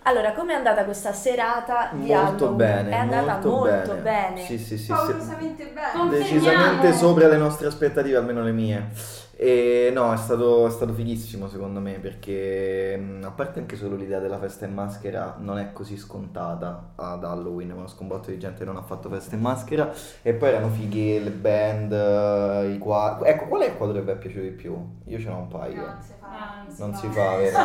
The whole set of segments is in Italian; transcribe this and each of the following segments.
Allora, com'è andata questa serata di Molto Halloween? bene, È andata molto bene. Sì. Paurosamente bene. Decisamente sopra le nostre aspettative, almeno le mie. E no, è stato fighissimo secondo me, perché a parte anche solo l'idea della festa in maschera non è così scontata ad Halloween, conosco un botto di gente che non ha fatto festa in maschera, e poi erano fighi le band, i quadri. Ecco, qual è il quadro che vi è piaciuto di più? Io ce n'ho un paio. Non si fa, vero?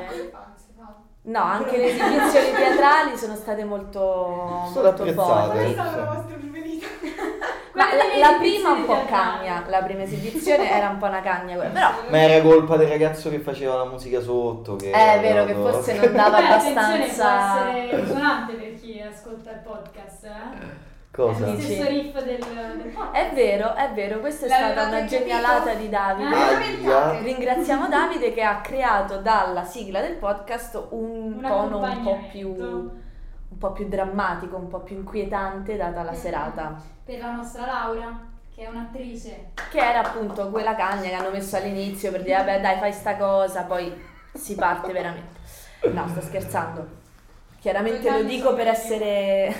No, anche le esibizioni teatrali sono state molto apprezzate. forti. Qual è stata la vostra preferita? Ma la prima un po' cagna, la prima esibizione era un po' una cagna quella, però Ma era colpa del ragazzo che faceva la musica sotto, che è vero che forse non dava abbastanza. Può essere risonante per chi ascolta il podcast, Cosa? È lo stesso riff del podcast. È vero, questa è stata una genialata di Davide. Ringraziamo Davide che ha creato dalla sigla del podcast un tono un po' più drammatico, un po' più inquietante data la serata. Per la nostra Laura, che è un'attrice. Che era appunto quella cagna che hanno messo all'inizio per dire vabbè dai fai sta cosa, poi si parte veramente. No, sto scherzando. Chiaramente lo dico per essere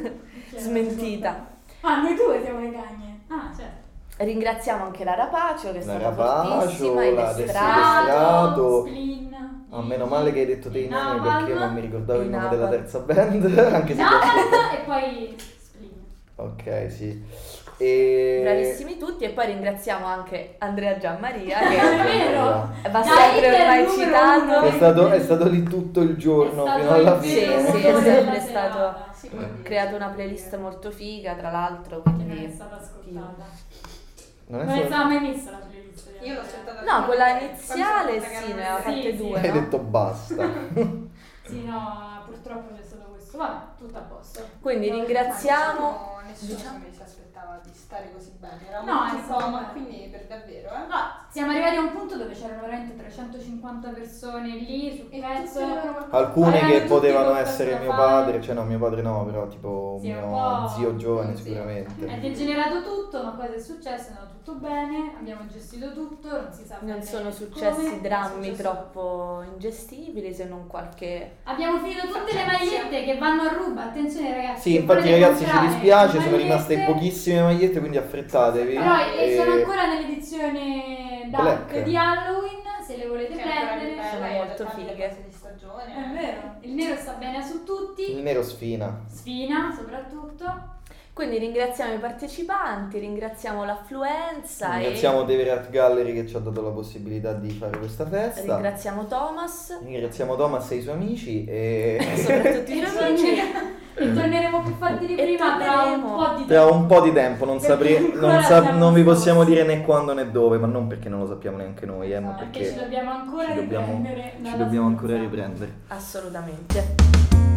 smentita. Noi due siamo le cagne. Certo. Ringraziamo anche la Rapacio che è stata Rapacio, fortissima, il la Destrato. Splin. Meno male che hai detto te i nomi, perché io non mi ricordavo il nome della Napalm. terza band, anche se Napalm e poi Splin. Ok, sì. E... Bravissimi tutti, e poi ringraziamo anche Andrea Gianmaria che È vero. va sempre Dai, ormai il numero citato. È stato lì tutto il giorno fino alla Sì, fine. sì, è sempre stato creato una playlist molto figa, tra l'altro, Che non è quindi stata ascoltata. Non è Non è solo- stata mai messa la playlist. Io l'ho ascoltata. no, quella iniziale sì, ne aveva fatte Sì, due, Hai no? detto basta. Sì, no, purtroppo c'è stato questo. Vabbè, tutto a posto. Quindi ringraziamo. Nessuno diciamo- mi si aspettava di stare così bene. Era No, molto è stato coma, bello. quindi per davvero, Siamo arrivati a un punto dove c'erano veramente 350 persone lì sul E pezzo. tutti avevano Alcune Avevano che tutti potevano qualcosa essere da mio fare. padre, cioè no, mio padre no, però tipo Sì, un mio po'. zio giovane Sì. sicuramente. È degenerato tutto, ma cosa è successo? È andato tutto bene, abbiamo gestito tutto, non si sa Non bene sono come, successi è drammi successo. troppo ingestibili, se non qualche. Abbiamo finito tutte le magliette che vanno a ruba, attenzione ragazzi. Sì, se infatti volete ragazzi ci comprare dispiace, sono magliette, rimaste pochissime magliette, quindi affrettatevi. Però E- sono ancora nell'edizione Dark Black. di Halloween, se le volete Che è ancora prendere. più bella, Sono io ho molto tante fighe. cose di stagione. È vero, il nero sta bene su tutti, Il nero sfina. sfina soprattutto. Quindi ringraziamo i partecipanti, ringraziamo l'affluenza Ringraziamo David Art Gallery che ci ha dato la possibilità di fare questa e festa. ringraziamo Thomas Ringraziamo Thomas e i suoi amici e soprattutto i E suoi amici. e torneremo più forti di E prima tra un torneremo. po' di tra tempo. un po' di tempo, non, Perché ancora siamo non vi scossi. possiamo dire né quando né dove, ma non perché non lo sappiamo neanche noi, ma Perché perché ci dobbiamo ancora ci dobbiamo, riprendere ci dalla dobbiamo ancora scorsa. riprendere. Assolutamente.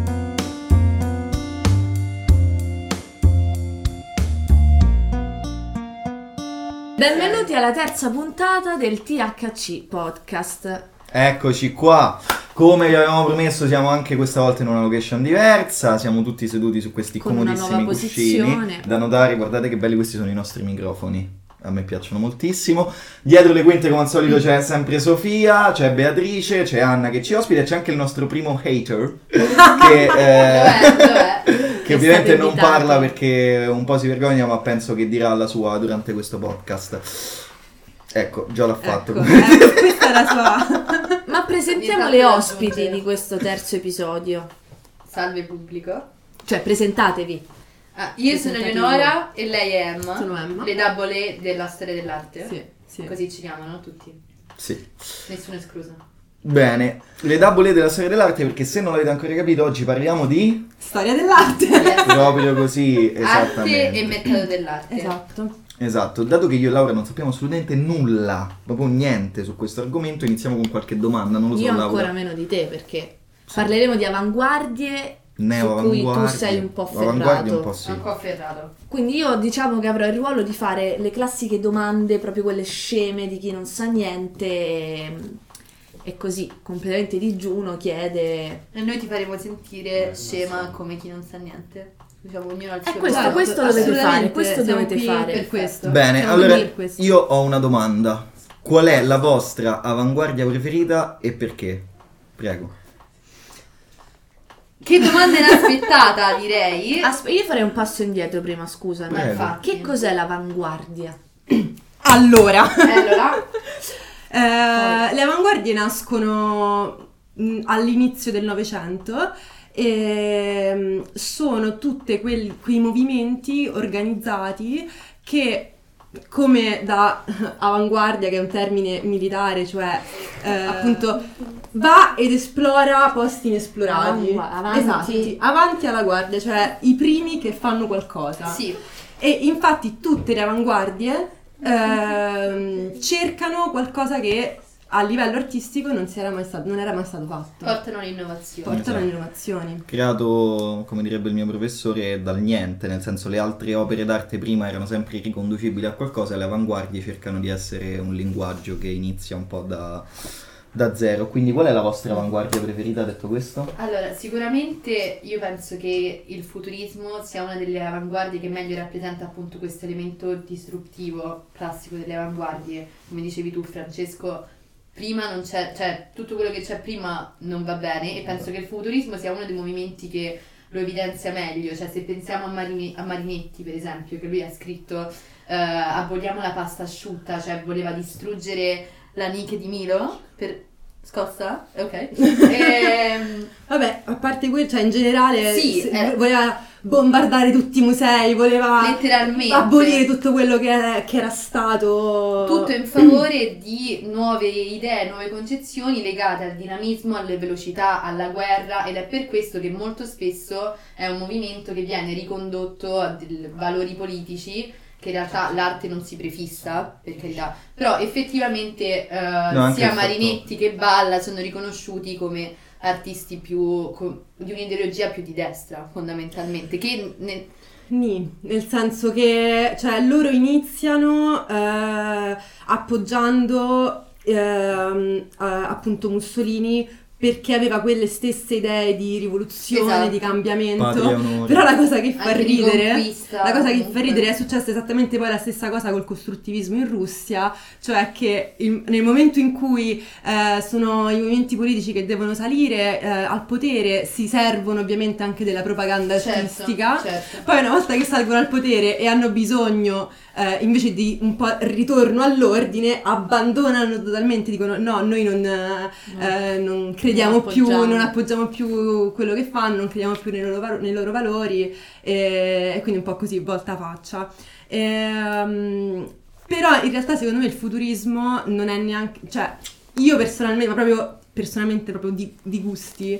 Benvenuti alla terza puntata del THC Podcast. Eccoci qua, come vi avevamo promesso siamo anche questa volta in una location diversa, siamo tutti seduti su questi Con una comodissimi nuova cuscini, posizione. da notare, guardate che belli questi sono i nostri microfoni, a me piacciono moltissimo. Dietro le quinte come al solito c'è sempre Sofia, c'è Beatrice, c'è Anna che ci ospita e c'è anche il nostro primo hater Dov'è? che ovviamente non parla perché un po' si vergogna, ma penso che dirà la sua durante questo podcast. Ecco, già l'ha fatto. Questa è la sua. Ma presentiamo le ospiti di questo terzo episodio. Salve pubblico. Cioè, presentatevi. Io sono Presentati Eleonora e lei è Emma. Sono Emma. Le Double della storia dell'arte. Sì. Così ci chiamano tutti. Sì. Nessuno escluso. Bene, le double della storia dell'arte, perché se non l'avete ancora capito oggi parliamo di... Storia dell'arte. Proprio così, Arte esattamente. e metodo dell'arte. Esatto. Esatto, dato che io e Laura non sappiamo assolutamente nulla, proprio niente su questo argomento, iniziamo con qualche domanda, non lo so Io Laura. ancora meno di te, perché parleremo di avanguardie su cui tu sei un po' Avanguardie un ferrato. po' sì. Un po' afferrato. Quindi io diciamo che avrò il ruolo di fare le classiche domande, proprio quelle sceme di chi non sa niente, e così, completamente digiuno, chiede... E noi ti faremo sentire scema come chi non sa niente. Diciamo ognuno al suo questo modo. dovete fare, assolutamente, questo siamo dovete qui fare. per questo. Bene, Siamo allora qui per questo. io ho una domanda. Qual è la vostra avanguardia preferita e perché? Prego. Che domanda inaspettata, direi. Io farei un passo indietro prima, scusa. Infatti. Che cos'è l'avanguardia? Allora. Poi. Le avanguardie nascono all'inizio del Novecento e sono tutti quei movimenti organizzati che, come da avanguardia, che è un termine militare, cioè appunto va ed esplora posti inesplorati. Avanti alla guardia, cioè i primi che fanno qualcosa. Sì. E infatti tutte le avanguardie cercano qualcosa che a livello artistico non era mai stato fatto. Portano all'innovazione. Portano alle innovazioni. Creato, come direbbe il mio professore, dal niente, nel senso le altre opere d'arte prima erano sempre riconducibili a qualcosa e le avanguardie cercano di essere un linguaggio che inizia un po' da zero. Quindi qual è la vostra avanguardia preferita, detto questo? Allora, sicuramente io penso che il futurismo sia una delle avanguardie che meglio rappresenta appunto questo elemento disruptivo classico delle avanguardie. Come dicevi tu, Francesco, prima non c'è, cioè tutto quello che c'è prima non va bene, e penso che il futurismo sia uno dei movimenti che lo evidenzia meglio. Cioè, se pensiamo a Marinetti, per esempio, che lui ha scritto aboliamo la pasta asciutta, cioè voleva distruggere la Nike di Milo per... Scossa? Ok. Vabbè, a parte quello, cioè in generale Sì, voleva bombardare tutti i musei, voleva letteralmente abolire tutto quello che era stato... Tutto in favore di nuove idee, nuove concezioni legate al dinamismo, alle velocità, alla guerra, ed è per questo che molto spesso è un movimento che viene ricondotto a dei valori politici che in realtà l'arte non si prefissa, per carità, però effettivamente sia Marinetti che Balla sono riconosciuti come artisti più di un'ideologia più di destra, fondamentalmente, che nel senso che, cioè, loro iniziano appoggiando appunto Mussolini, perché aveva quelle stesse idee di rivoluzione, esatto, di cambiamento. Però la cosa che fa ridere, è successa esattamente poi la stessa cosa col costruttivismo in Russia, cioè che nel momento in cui sono i movimenti politici che devono salire al potere, si servono ovviamente anche della propaganda artistica. Certo. Poi una volta che salgono al potere e hanno bisogno invece di un po' ritorno all'ordine, abbandonano totalmente, dicono no, noi non crediamo più, non appoggiamo più quello che fanno, non crediamo più nei loro valori, e quindi un po' così voltafaccia. Però in realtà secondo me il futurismo non è neanche, cioè io personalmente, proprio di gusti,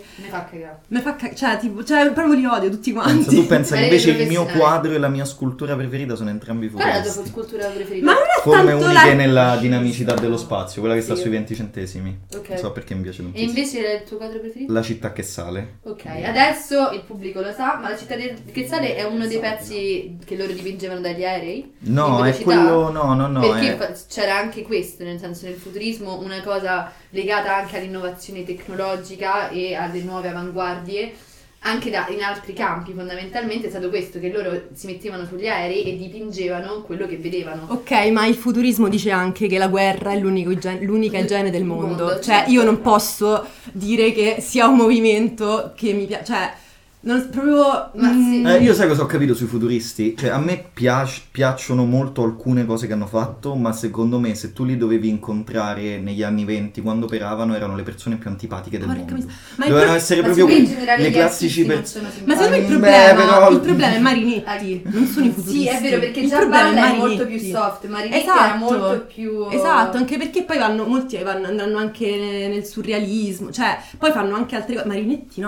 mi fa cagare, cioè proprio li odio tutti quanti. Tu pensa che invece il mio quadro e la mia scultura preferita sono entrambi Qual è la futuristi. tua scultura preferita? Ma non è Forme tanto uniche nella dinamicità dello spazio, quella che sta Sì. sui 20 centesimi. Ok. Non so perché mi piace E tantissimo. invece il tuo quadro preferito? La città che sale. Ok, adesso il pubblico lo sa, ma la città che sale è uno dei pezzi che loro dipingevano dagli aerei? No, In è velocità? quello... No, Perché c'era anche questo, nel senso, nel futurismo, una cosa legata anche all'innovazione tecnologica e alle nuove avanguardie, anche in altri campi. Fondamentalmente è stato questo, che loro si mettevano sugli aerei e dipingevano quello che vedevano. Ok, ma il futurismo dice anche che la guerra è l'unica igiene del mondo. Cioè, certo. io non posso dire che sia un movimento che mi piace, cioè, non proprio... Ma sì. Io sai cosa ho capito sui futuristi? Cioè, a me piacciono molto alcune cose che hanno fatto, ma secondo me se tu li dovevi incontrare negli anni 20, quando operavano, erano le persone più antipatiche del Porca mondo. ma Dovevano essere proprio in generale le gli classici artisti non sono Ma secondo me simpatici. il problema è Marinetti, non sono i futuristi. Sì, è vero, perché Il già problema Balla è Marinetti. molto più soft, Marinetti Esatto. era molto più... Esatto, anche perché poi andranno anche nel surrealismo, cioè poi fanno anche altre cose. Marinetti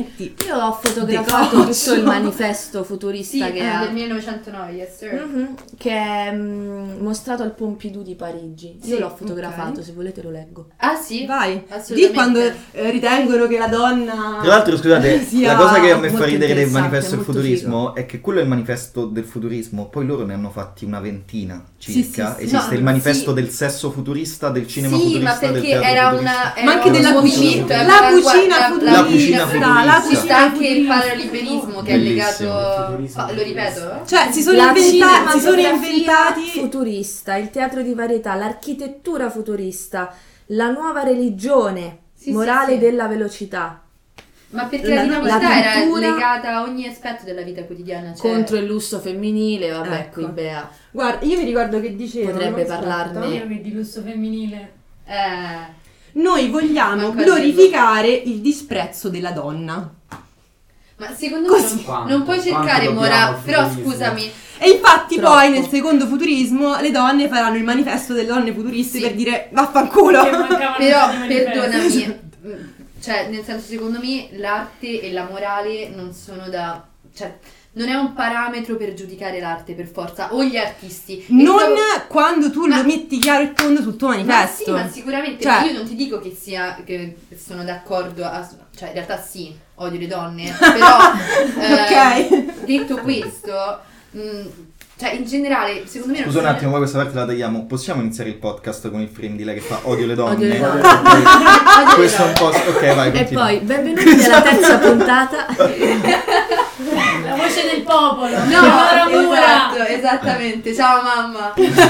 Io ho fotografato Decoccio. tutto il manifesto futurista Sì, che ha del 1909, yes sir. che è mostrato al Pompidou di Parigi. Io Sì, l'ho fotografato, ok. se volete lo leggo. Ah sì? Vai, Assolutamente. di quando ritengono che la donna Tra l'altro, scusate, sia la cosa che a me fa molto ridere del interessante, manifesto del molto futurismo è che quello è il manifesto del futurismo, poi loro ne hanno fatti una ventina circa. Sì. Esiste No, il manifesto sì. del sesso futurista, del cinema Sì, futurista, ma del perché teatro era futurista. una... Ma anche della movimento, cucina, era la una- cucina la- futurista, la cucina futurista. la Ci cucina sta anche il futurista. paraliberismo che è Bellissimo. legato... Lo ripeto? Cioè si sono La inventati cinematografia futurista, il teatro di varietà, l'architettura futurista, la nuova religione Sì, morale sì. della velocità. Ma perché la dinamicità la era cultura legata a ogni aspetto della vita quotidiana. Cioè... Contro il lusso femminile, vabbè, Ecco. qui Bea Guarda, io mi ricordo che dicevo... potrebbe parlarne. Io che di lusso femminile. Noi vogliamo Manco a glorificare il disprezzo della donna. Ma secondo Così. me Quanto? non puoi cercare Quanto morale. dobbiamo Però al futurismo? scusami, E infatti Troppo. poi nel secondo futurismo le donne faranno il manifesto delle donne futuriste Sì. per dire vaffanculo. Che mancavano però tutti i manifesti. perdonami, cioè nel senso secondo me l'arte e la morale non sono da... cioè non è un parametro per giudicare l'arte per forza, o gli artisti. E Non trovo- quando tu Ma- lo metti chiaro e tondo sul tuo Ma manifesto. sì, ma sicuramente, Cioè- ma io non ti dico che sono d'accordo, cioè in realtà sì, odio le donne, però Ok. detto questo, cioè in generale, secondo me Scusa un attimo, poi questa parte la tagliamo. Possiamo iniziare il podcast con il frame di lei che fa odio le donne? Odio le donne. Questo è un po'... Ok, vai, E continua. poi, benvenuti alla terza puntata. La voce del popolo. No, Eleonora Mura. esatto, esattamente, ciao mamma.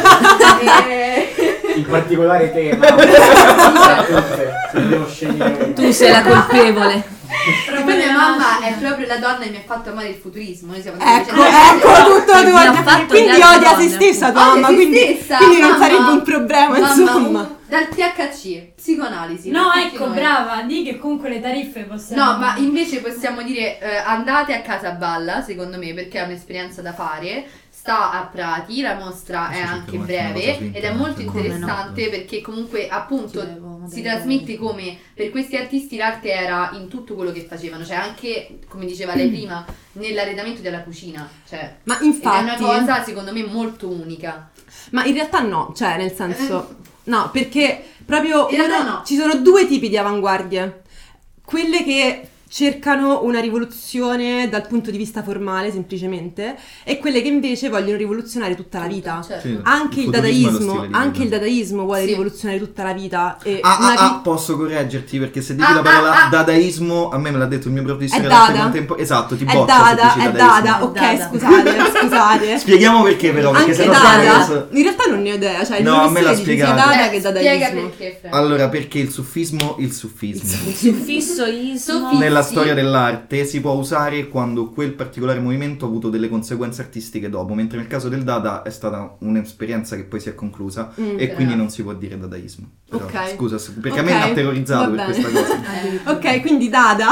Il particolare tema. Se devo scegliere. Tu sei la colpevole. Poi mia mamma è proprio la donna che mi ha fatto amare il futurismo. Noi siamo Ecco, semplicemente- ecco tutto Mi ha fatto quindi odiare odia le se donne. stessa tua Odia mamma, se quindi, stessa, quindi non mamma. sarebbe un problema, Mamma, insomma. dal THC, psicoanalisi. No, per tutti ecco, noi. brava, di che comunque le tariffe possiamo... No, ma invece possiamo dire andate a Casa Balla, secondo me, perché è un'esperienza da fare. Sta a Prati, la mostra è Sì, sì, anche per qualche cosa breve su ed è internet. molto Come no? interessante perché comunque appunto Ti devo si moderare. trasmette come per questi artisti l'arte era in tutto quello che facevano, cioè anche, come diceva lei prima, nell'arredamento della cucina, cioè Ma ed è una infatti, cosa secondo me molto unica. ma in realtà no, cioè nel senso, no, perché proprio In realtà no. ci sono due tipi di avanguardie. Quelle che cercano una rivoluzione dal punto di vista formale semplicemente e quelle che invece vogliono rivoluzionare tutta la vita. Certo. Sì. Anche il futurismo è lo dadaismo, stile di anche vita. il dadaismo vuole Sì. rivoluzionare tutta la vita e una Posso correggerti perché se dici la parola dadaismo, a me me l'ha detto il mio professore È d'arte Dada. contemporanea. Esatto, ti è boccia se dada, dici è dadaismo. dada, ok, Dada. scusate. Spieghiamo perché però, perché Anche se no dada, in realtà non ne ho idea, cioè il No, a me l'ha professore dice sia spiegato. dada che Spiega dadaismo. perché, Fra. Allora, perché il suffismo Suffisso nella storia dell'arte si può usare quando quel particolare movimento ha avuto delle conseguenze artistiche dopo, mentre nel caso del Dada è stata un'esperienza che poi si è conclusa e quindi non si può dire dadaismo. Però, Ok. scusa, perché a me mi ha Ok, terrorizzato va per bene. questa cosa. Ok, quindi Dada.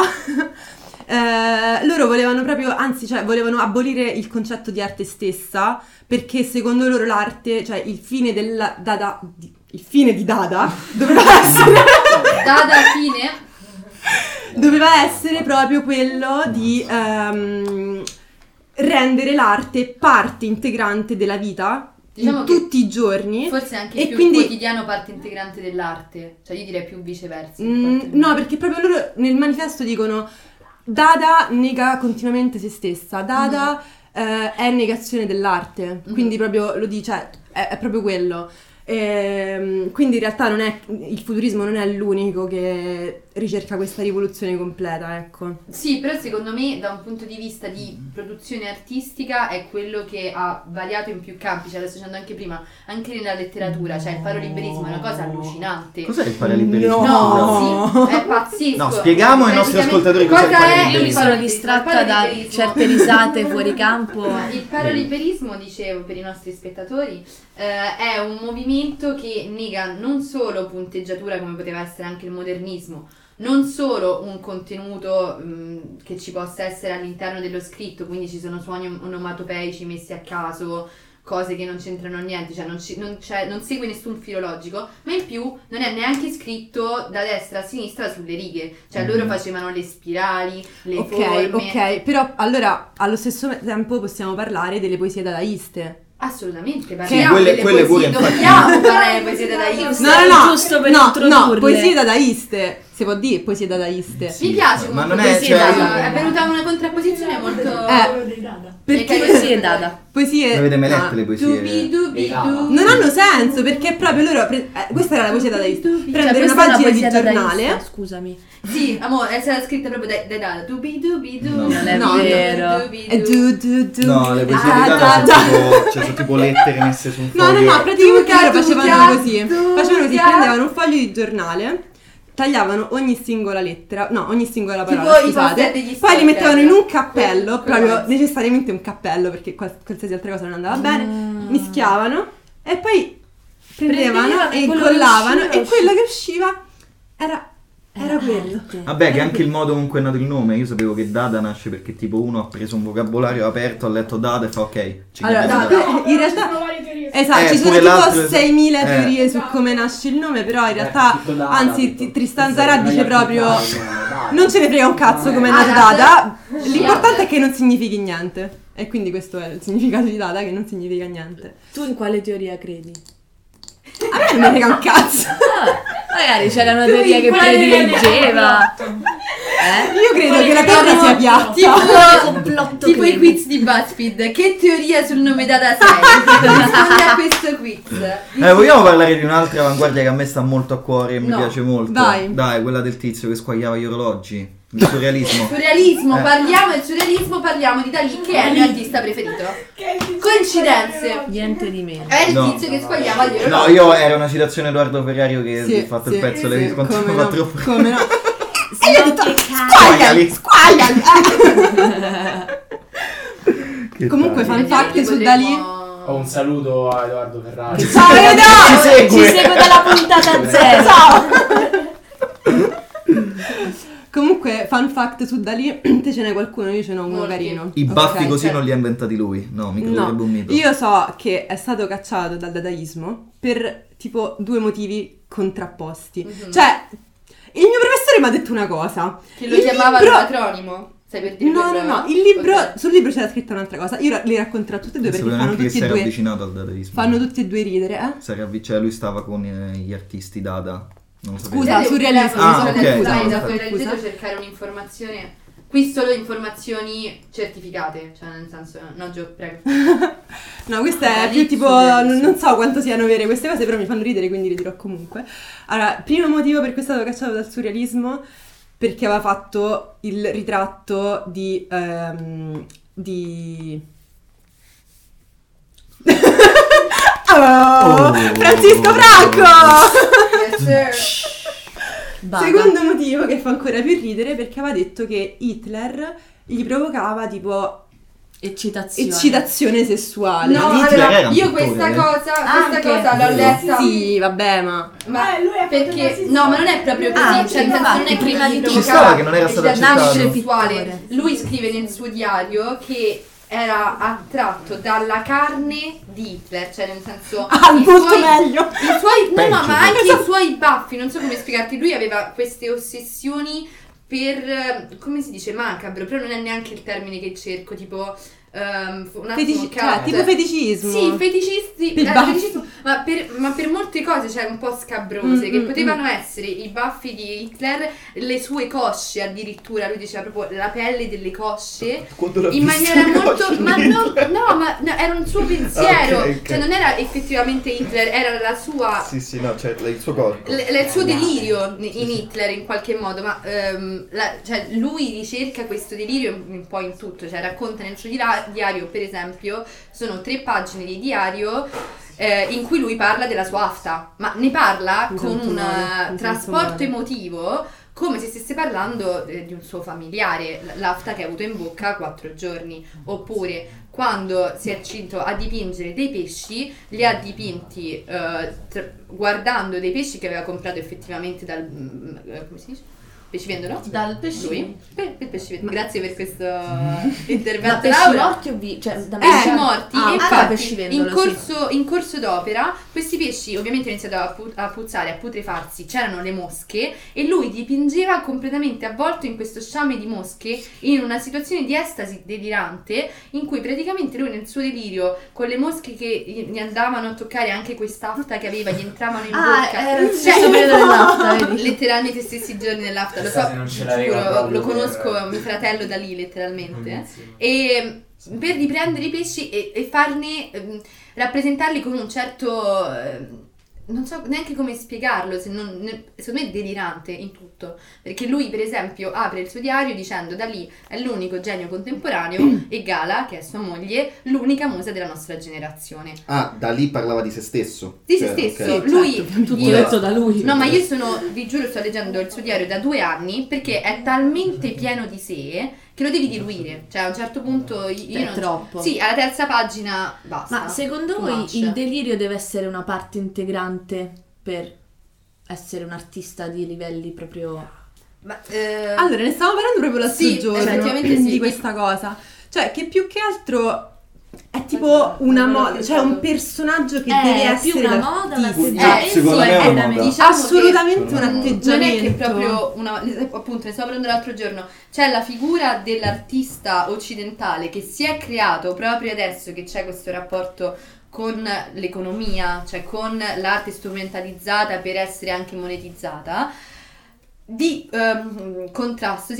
Loro volevano proprio, anzi, cioè volevano abolire il concetto di arte stessa perché secondo loro l'arte, cioè il fine della Dada, il fine di Dada doveva essere Dada fine. doveva essere proprio quello di rendere l'arte parte integrante della vita Diciamo in che tutti i giorni. Forse anche E più quindi- il quotidiano parte integrante dell'arte, cioè io direi più viceversa. in qualche modo. No, perché proprio loro nel manifesto dicono Dada nega continuamente se stessa, Dada è negazione dell'arte, quindi proprio lo dice, è proprio quello. Quindi in realtà non è, il futurismo non è l'unico che ricerca questa rivoluzione completa, ecco. Sì, però secondo me da un punto di vista di produzione artistica è quello che ha variato in più campi, cioè lo sto dicendo anche prima, anche nella letteratura, cioè il paroliberismo è una cosa allucinante. Cos'è il paraliberismo? No. No, sì, è pazzesco. No, spieghiamo ai nostri ascoltatori cos'è il cosa è paraliberismo. Io mi sono paraliberismo? distratta Il da paraliberismo- certe risate fuori campo. Il paraliberismo, dicevo per i nostri spettatori, è un movimento che nega non solo punteggiatura come poteva essere anche il modernismo, non solo un contenuto che ci possa essere all'interno dello scritto, quindi ci sono suoni onomatopeici messi a caso, cose che non c'entrano niente, cioè non segue nessun filologico, ma in più non è neanche scritto da destra a sinistra sulle righe, cioè loro facevano le spirali, le forme. Ok, però allora allo stesso tempo possiamo parlare delle poesie dadaiste. Assolutamente, quelle pure infatti. dobbiamo parlare di poesie dadaiste. No, giusto per introdurle. poesie dadaiste, si può dire poesie dadaiste. Mi piace ma comunque non è, poesie cioè, dada. È venuta una contrapposizione molto dei Dada. Perché Poesie Dada. poesie Le avete mai lette le poesie? non hanno senso, perché proprio loro questa era la poesia dadaista. Prendere Cioè, una questa è pagina di poesia giornale. dadaista, scusami. Sì, amore, è stata scritta proprio dai Dada. Dubi dubi du. Non è No, vero. E du. No, le poesie Ah, di Dada da. sono tipo lettere messe su un No, foglio. praticamente loro facevano così. tu, Facevano così, tu, prendevano un foglio di giornale tagliavano ogni singola lettera, no, ogni singola Tipo parola, i scusate, poster degli poi li stalker. mettevano in un cappello, proprio Quello. necessariamente un cappello perché qualsiasi altra cosa non andava bene, mischiavano e poi prendevano e quello che incollavano usciva, e quello che usciva era quello. Vabbè, che anche il modo con cui è nato il nome, io sapevo che Dada nasce perché tipo uno ha preso un vocabolario aperto, ha letto Dada e fa ok, ci Allora, chiamiamo no, Dada. in realtà Sono varie teorie. esatto, ci sono pure tipo l'altro- 6.000 teorie su esatto. come nasce il nome, però in realtà, tutto Dada, anzi, tutto. Tristan Tzara Sì, dice non è proprio Dada. non ce ne frega un cazzo come è nato Dada. Dada, l'importante è che non significhi niente. E quindi questo è il significato di Dada, che non significa niente. Tu in quale teoria credi? A me non mi frega un cazzo. Magari c'era una teoria che prediligeva. Io credo che la terra sia piatta. Tipo i quiz di BuzzFeed. Che teoria sul nome Dada sei? Rispondi a questo quiz. Vogliamo parlare di un'altra avanguardia che a me sta molto a cuore e mi No. piace molto? Dai. Quella del tizio che squagliava gli orologi. Il surrealismo. Surrealismo, parliamo del surrealismo, parliamo di Dalì che è il mio artista preferito. Coincidenze. Niente di meno. È il No. tizio che squagliava gli No, orologi. io era una citazione Edoardo Ferrario che Sì, ha fatto sì, il pezzo, sì, l'hai riscontrato, come fa no, troppo. come no. E io ho detto Squagliali. Che Comunque taglia. fan fact su Dalì. Oh, un saluto a Edoardo Ferrari. Ciao Edo! Ci segue dalla puntata 0. Ciao! Comunque, fun fact su Dalì, te ce n'è qualcuno, io ce n'ho uno Molti. carino. I baffi Ok, così cioè- non li ha inventati lui. No, mica No, dovrebbe un mito. io so che è stato cacciato dal dadaismo per tipo 2 motivi contrapposti. Cioè, il mio professore mi ha detto una cosa. Che lo Il chiamava libro- l'acronimo. Sai per dire No, quello, no, il libro, Ok. sul libro c'era scritta un'altra cosa. Io li racconterò tutte e due perché Sapevo fanno neanche che tutti si e era due. avvicinato al dadaismo. Fanno tutti e due ridere, eh? Cioè lui stava con gli artisti Dada. Non lo sapevo. Scusa, Vedete, surrealismo, mi Ah, sono ok, telefonata, no, poi scusa. devo cercare un'informazione. Qui solo informazioni certificate, cioè nel senso, no Gio, prego. No, questa è Dalì, più tipo, surrealismo. non so quanto siano vere queste cose, però mi fanno ridere, quindi le dirò comunque. Allora, primo motivo per cui è stato cacciato dal surrealismo, perché aveva fatto il ritratto di Oh, Francisco Franco! Yes, sir. Secondo motivo che fa ancora più ridere, perché aveva detto che Hitler gli provocava tipo eccitazione sessuale. No, Hitler era allora, un io pittore, questa eh? cosa l'ho letta. Sì, vabbè, ma Ma lui ha fatto perché così no, ma non è proprio così, Ah, cioè nel senso non è che prima gli di Ci provocava stava che non era stato eccitazione accettato. sessuale. Lui scrive nel suo diario che era attratto dalla carne di Hitler, cioè nel senso molto meglio. i suoi no, Peggio, ma anche però. i suoi baffi, non so come spiegarti, lui aveva queste ossessioni per come si dice macabro, però non è neanche il termine che cerco, tipo un attimo, cut. tipo feticismo. Sì, feticisti, I baffi. feticismo, ma per molte cose, cioè un po' scabrose, che potevano essere i baffi di Hitler, le sue cosce addirittura, lui diceva proprio la pelle delle cosce, Quando l'ha in vista maniera le molto, cosce ma lui. no, era un suo pensiero, Ok, ok. cioè non era effettivamente Hitler, era la sua Sì, no, cioè il suo corpo. il suo delirio in Hitler in qualche modo, ma cioè lui ricerca questo delirio un po' in tutto, cioè racconta nel suo diario, per esempio, sono 3 pagine di diario in cui lui parla della sua afta, ma ne parla Mi con sento un male, mi trasporto sento male. emotivo come se stesse parlando di un suo familiare, l'afta che ha avuto in bocca 4 giorni, oppure quando si è accinto a dipingere dei pesci, li ha dipinti guardando dei pesci che aveva comprato effettivamente dal come si dice? Pescivendolo? Dal pesci. Lui? Per pescivendolo. Grazie per questo Da intervento, pesci Laura. morti o cioè da Pesci morti, Ah, e da infatti pescivendolo, in corso d'opera questi pesci ovviamente hanno iniziato a puzzare, a putrefarsi, c'erano le mosche e lui dipingeva completamente avvolto in questo sciame di mosche in una situazione di estasi delirante in cui praticamente lui nel suo delirio con le mosche che gli andavano a toccare anche quest'afta che aveva, gli entravano in bocca, era il stesso periodo dell'afta, vedi? letteralmente stessi giorni dell'afta, lo Chissà so, se non ce l'aveva giuro, proprio lo conosco, mio fratello da lì letteralmente, e per riprendere i pesci e farne rappresentarli con un certo non so neanche come spiegarlo, secondo me è delirante in tutto, perché lui per esempio apre il suo diario dicendo Dalì è l'unico genio contemporaneo e Gala, che è sua moglie, l'unica musa della nostra generazione. Dalì parlava di se stesso. Di se stesso, lui tutto detto da lui. No, ma io vi giuro, sto leggendo il suo diario da 2 anni perché è talmente pieno di sé che lo devi diluire, cioè a un certo punto io è troppo. Sì, alla terza pagina basta. Ma secondo voi il delirio deve essere una parte integrante per essere un artista di livelli proprio... Allora, ne stavo parlando proprio l'altro giorno effettivamente di questa cosa, cioè che più che altro è tipo una moda, cioè un personaggio che deve essere più una moda, un atteggiamento. Secondo me è una moda. Diciamo assolutamente un atteggiamento. Non è che proprio appunto, ne stavo parlando l'altro giorno, c'è la figura dell'artista occidentale che si è creato proprio adesso che c'è questo rapporto con l'economia, cioè con l'arte strumentalizzata per essere anche monetizzata, di contrasto si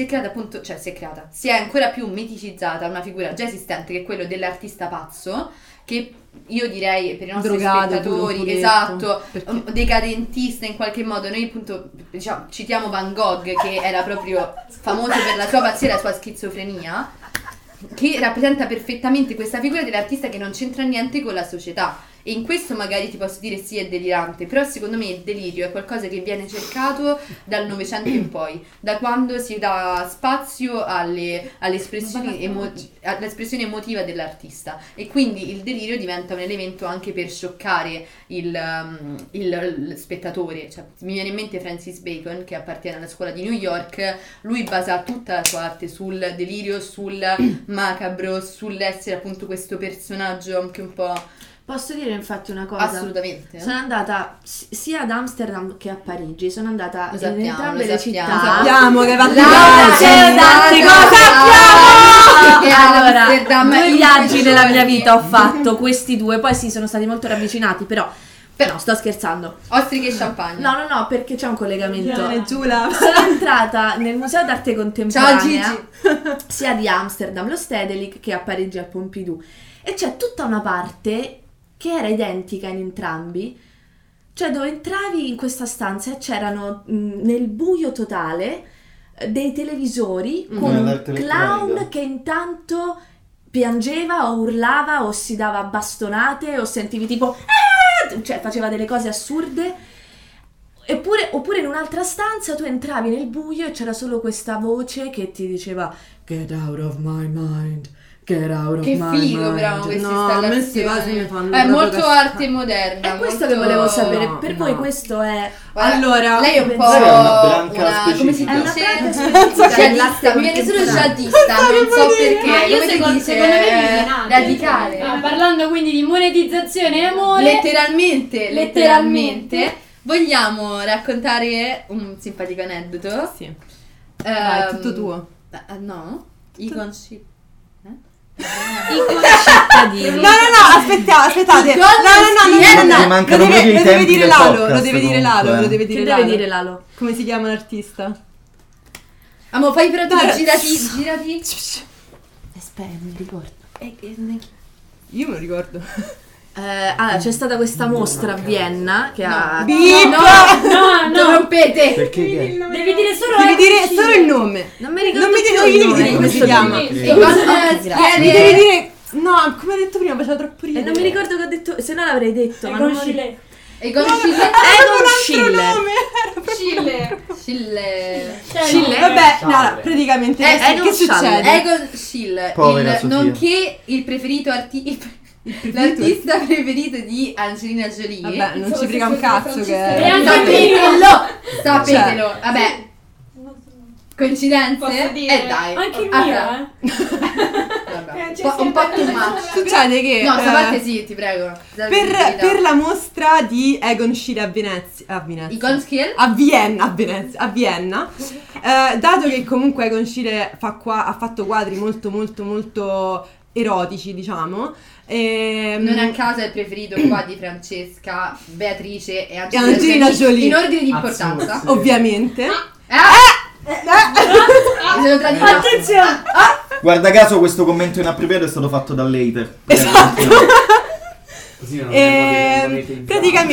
è ancora più miticizzata una figura già esistente che è quello dell'artista pazzo, che io direi per i nostri spettatori, esatto, decadentista in qualche modo. Noi appunto citiamo Van Gogh, che era proprio famoso per la sua pazzia e la sua schizofrenia, che rappresenta perfettamente questa figura dell'artista che non c'entra niente con la società. E in questo magari ti posso dire sì, è delirante, però secondo me il delirio è qualcosa che viene cercato dal Novecento in poi, da quando si dà spazio all'espressione emotiva dell'artista, e quindi il delirio diventa un elemento anche per scioccare il spettatore. Cioè, mi viene in mente Francis Bacon, che appartiene alla scuola di New York. Lui basa tutta la sua arte sul delirio, sul macabro, sull'essere appunto questo personaggio anche un po'... Posso dire infatti una cosa? Assolutamente. Sono andata sia ad Amsterdam che a Parigi, sono andata in entrambe le città. Sappiamo che va allora, 2 viaggi nella mia vita ho fatto, questi 2, poi sì, sono stati molto ravvicinati, però no, sto scherzando. Ostriche e champagne. No, perché c'è un collegamento. Giulia. Sono entrata nel Museo d'arte contemporanea, ciao Gigi, sia di Amsterdam, lo Stedelijk, che a Parigi al Pompidou, e c'è tutta una parte che era identica in entrambi, cioè dove entravi in questa stanza e c'erano nel buio totale dei televisori con un clown che intanto piangeva o urlava o si dava bastonate o sentivi tipo cioè faceva delle cose assurde. Oppure in un'altra stanza tu entravi nel buio e c'era solo questa voce che ti diceva "Get out of my mind". Che figo però queste installazioni. È molto cazzo. Arte moderna. È questo che volevo sapere. Per voi questo è... Allora, lei è un po' una branca come si specifica. dice? Jihadista. Mi viene solo jihadista, non so perché. Ma io secondo me radicale. Parlando quindi di monetizzazione e amore. Letteralmente. Vogliamo raccontare un simpatico aneddoto? Sì. Vai, tutto tuo. No? I concetti. cittadini. No, aspettate. No. Mancano proprio i tempi del podcast. Lo deve dire Lalo. Come si chiama l'artista? Amo, fai però tu, girati. Aspetta, mi ricordo. Io me lo ricordo. Allora, c'è stata questa mostra a Vienna che ha... No, rompete! Perché Devi dire solo il nome. Non mi ricordo Non mi devi dire come si chiama. Mi devi dire... No, come ho detto prima, faceva troppo ridere. non mi ricordo che ho detto, se no l'avrei detto. Egon Schiele. Egon Schiele. Vabbè, no, praticamente che succede? Egon Schiele, nonché il preferito l'artista preferito di Angelina Jolie. Vabbè, non ci frega un cazzo che sapetelo. Vabbè, coincidenze? Posso dire? Dai. Anche il mio, un po' too much. Succede che no, questa parte sì, ti prego. Per la mostra di Egon Schiele a Egon Schiele? a Vienna, dato che comunque Egon Schiele ha fatto quadri molto molto molto erotici, diciamo. Non a caso è il preferito qua di Francesca, Beatrice e Angelina Jolie in ordine di importanza. Ovviamente. Attenzione! Guarda caso questo commento inappropriato è stato fatto dall'hater. Esatto. Così non abbiamo monetizzato.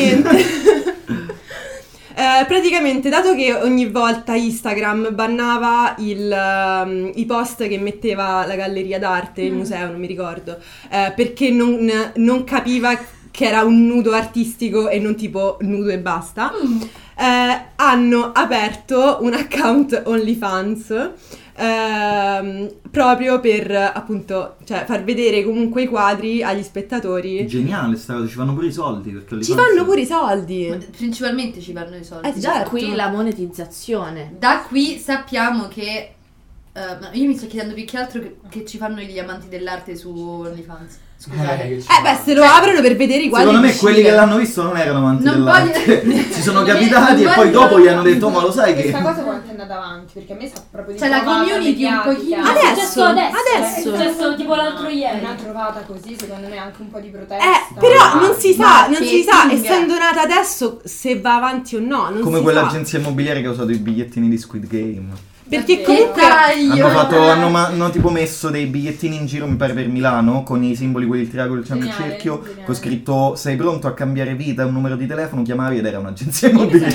Praticamente, dato che ogni volta Instagram bannava i post che metteva la galleria d'arte, il museo, non mi ricordo, perché non capiva che era un nudo artistico e non tipo nudo e basta, hanno aperto un account OnlyFans proprio per appunto, cioè, far vedere comunque i quadri agli spettatori. Geniale sta cosa, ci fanno pure i soldi, perché Ci fanno pure i soldi. Ma principalmente ci vanno i soldi. Da Certo. qui la monetizzazione. Da qui sappiamo che io mi sto chiedendo più che altro che ci fanno gli amanti dell'arte su OnlyFans. Scusate. Se lo aprono per vedere i quadri. Secondo me uscire. quelli che l'hanno visto non erano amanti Non dell'arte. voglio- Si sono Non capitati e voglio- poi dopo gli hanno detto ma lo sai che... Questa cosa quanto è andata avanti? Perché a me sa proprio di C'è la trovata community un mediatica. pochino- È successo adesso. Adesso. È successo tipo l'altro È ieri. una trovata così, secondo me anche un po' di protesta. Però non si sa, marketing. essendo nata adesso, se va avanti o no. Non Come si quell'agenzia immobiliare che ha usato i bigliettini di Squid Game. sa. Perché Davvero? comunque Hanno tipo messo dei bigliettini in giro, mi pare per Milano, con i simboli, quelli il triangolo, il triangolo, il Geniale, cerchio, geniale. con scritto sei pronto a cambiare vita, un numero di telefono, chiamavi ed era un'agenzia immobiliare.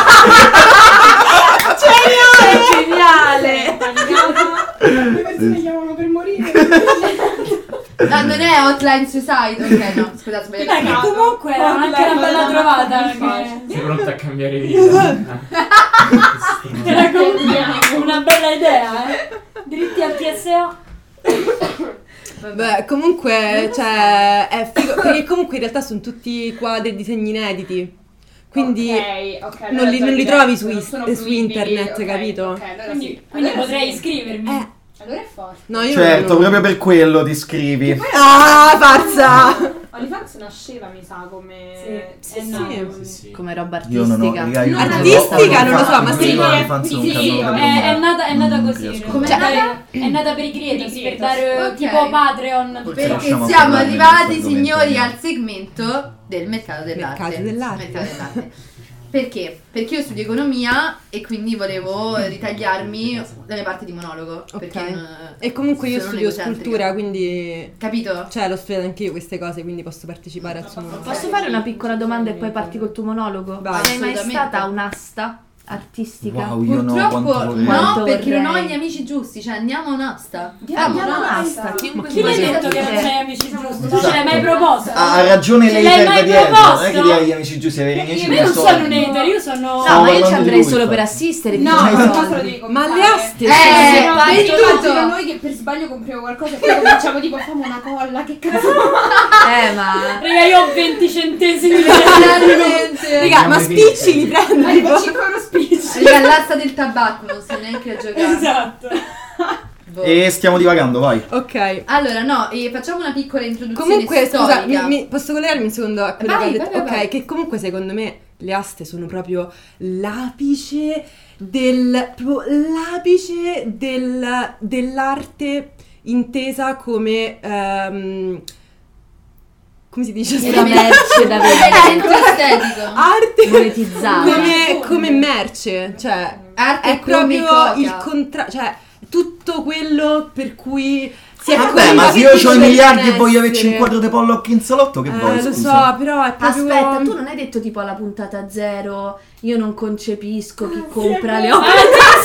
geniale! Le persone chiamano per morire. No, non è Hotline Suicide. Ok, no, scusate, Dai, sbagliato. che comunque era anche una bella trovata. Perché Sei pronto a cambiare vita? era comunque una bella idea, Diritti al TSO. Beh, comunque, cioè, è figo, perché comunque in realtà sono tutti quadri e disegni inediti. Quindi Ok, allora non li già trovi diverso, non sono su fruibili, internet, ok, capito? ok, allora Quindi, sì. quindi Allora potrei sì. iscrivermi. Allora è forte. No, io Certo, non... proprio per quello ti iscrivi. Ah, pazza! OnlyFans nasceva, mi sa, come... Sì, è sì, nato. Sì. Come roba Io non ho, artistica. raga, io Artistica, non lo so, ma sì, È nata così. Come Cioè, è nata? è nata per i creators, per dare Ok. tipo Patreon. Forse Perché lasciamo siamo parlare di arrivati, questo signori, argomento. al segmento del mercato dell'arte. Mercato dell'arte. Mercato dell'arte. Perché? Perché io studio economia e quindi volevo ritagliarmi la mia parte di monologo. Perché E comunque io sono studio egocentrica. scultura, quindi... Capito? Cioè, l'ho studiato anche io queste cose, quindi posso partecipare al suo monologo. Posso fare una piccola domanda e poi parti col tuo monologo? Vai. Sei mai Assolutamente. stata un'asta artistica? Wow, io no, Purtroppo quanto vorrei. no, Quanto perché non ho vorrei. gli amici giusti, cioè andiamo a un'asta. Andiamo un'asta. un'asta, chiunque Chi mi sia. ha detto che non sei amici giusti? Non ce Esatto. l'hai mai proposto? Ha ragione Ce lei l'hai per mai dietro, non è proposto? che dire agli amici giusti, avere amici Io non sono un hater, io sono... No, Stavo ma io ci parlando di andrei lui, solo per infatti. No, assistere. No, diciamo. per cosa lo devi comprare? Ma le aste immagino noi che per sbaglio compriamo qualcosa e poi cominciamo tipo facciamo una colla, che cazzo. Ma... Raga, io ho 20 centesimi. Veramente. Raga, ma Andiamo di spicci li prendo, Arriva tipo... 5 euro spicci. Raga, l'asta del tabacco, non sto neanche a giocare. Esatto. Boh. E stiamo divagando, vai. Ok. Allora, no, facciamo una piccola introduzione Comunque, scusa, storica. posso collegarmi un secondo a quello Vai, che ha detto? vai, vai. Ok, che comunque secondo me le aste sono proprio l'apice dell'arte intesa come come si dice? Una merce da vendere. Elemento estetico. Arte Monetizzata. come merce, cioè Arte è come proprio coca. il contrario, cioè tutto quello per cui si è Vabbè, ma se io ho i miliardi e voglio averci un benessere. quadro di Pollock in salotto, che vuoi, Lo scusa? so, però è proprio... Aspetta, tu non hai detto tipo alla puntata 0, io non concepisco chi compra le opere.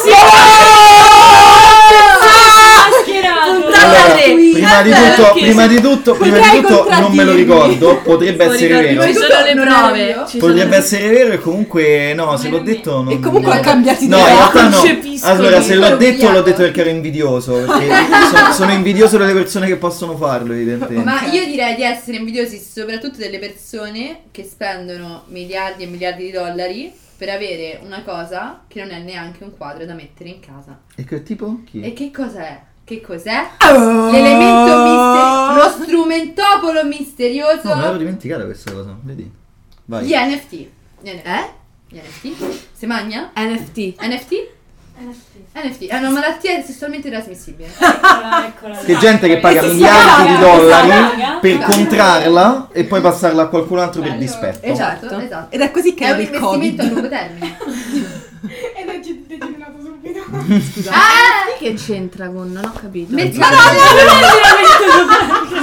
Allora, tre. prima di tutto non me lo ricordo, potrebbe essere vero. Ci sono le prove. Potrebbe essere vero e comunque no, se l'ho detto non... E comunque ha cambiato No, in idea. realtà no. concepisco Allora, che- se l'ho detto Rovinato. perché ero invidioso, perché sono invidioso delle persone che possono farlo, evidentemente. Ma io direi di essere invidiosi soprattutto delle persone che spendono miliardi e miliardi di dollari per avere una cosa che non è neanche un quadro da mettere in casa. E che tipo? Chi? E che cos'è? Che cos'è? L'elemento misterioso, lo strumentopolo misterioso. No, me l'avevo dimenticata questa cosa, vedi? Vai. Gli NFT. Gli NFT? Se magna? NFT. NFT? NFT è una malattia sessualmente trasmissibile. Eccola. Che gente che paga si miliardi di paga, dollari si paga. per contrarla e poi passarla a qualcun altro per Bello. dispetto. Esatto, esatto. Ed è così che È è un il investimento a Covid. lungo termine. Ed è degenerato subito. Ah! Che c'entra con... Non ho capito. Mercato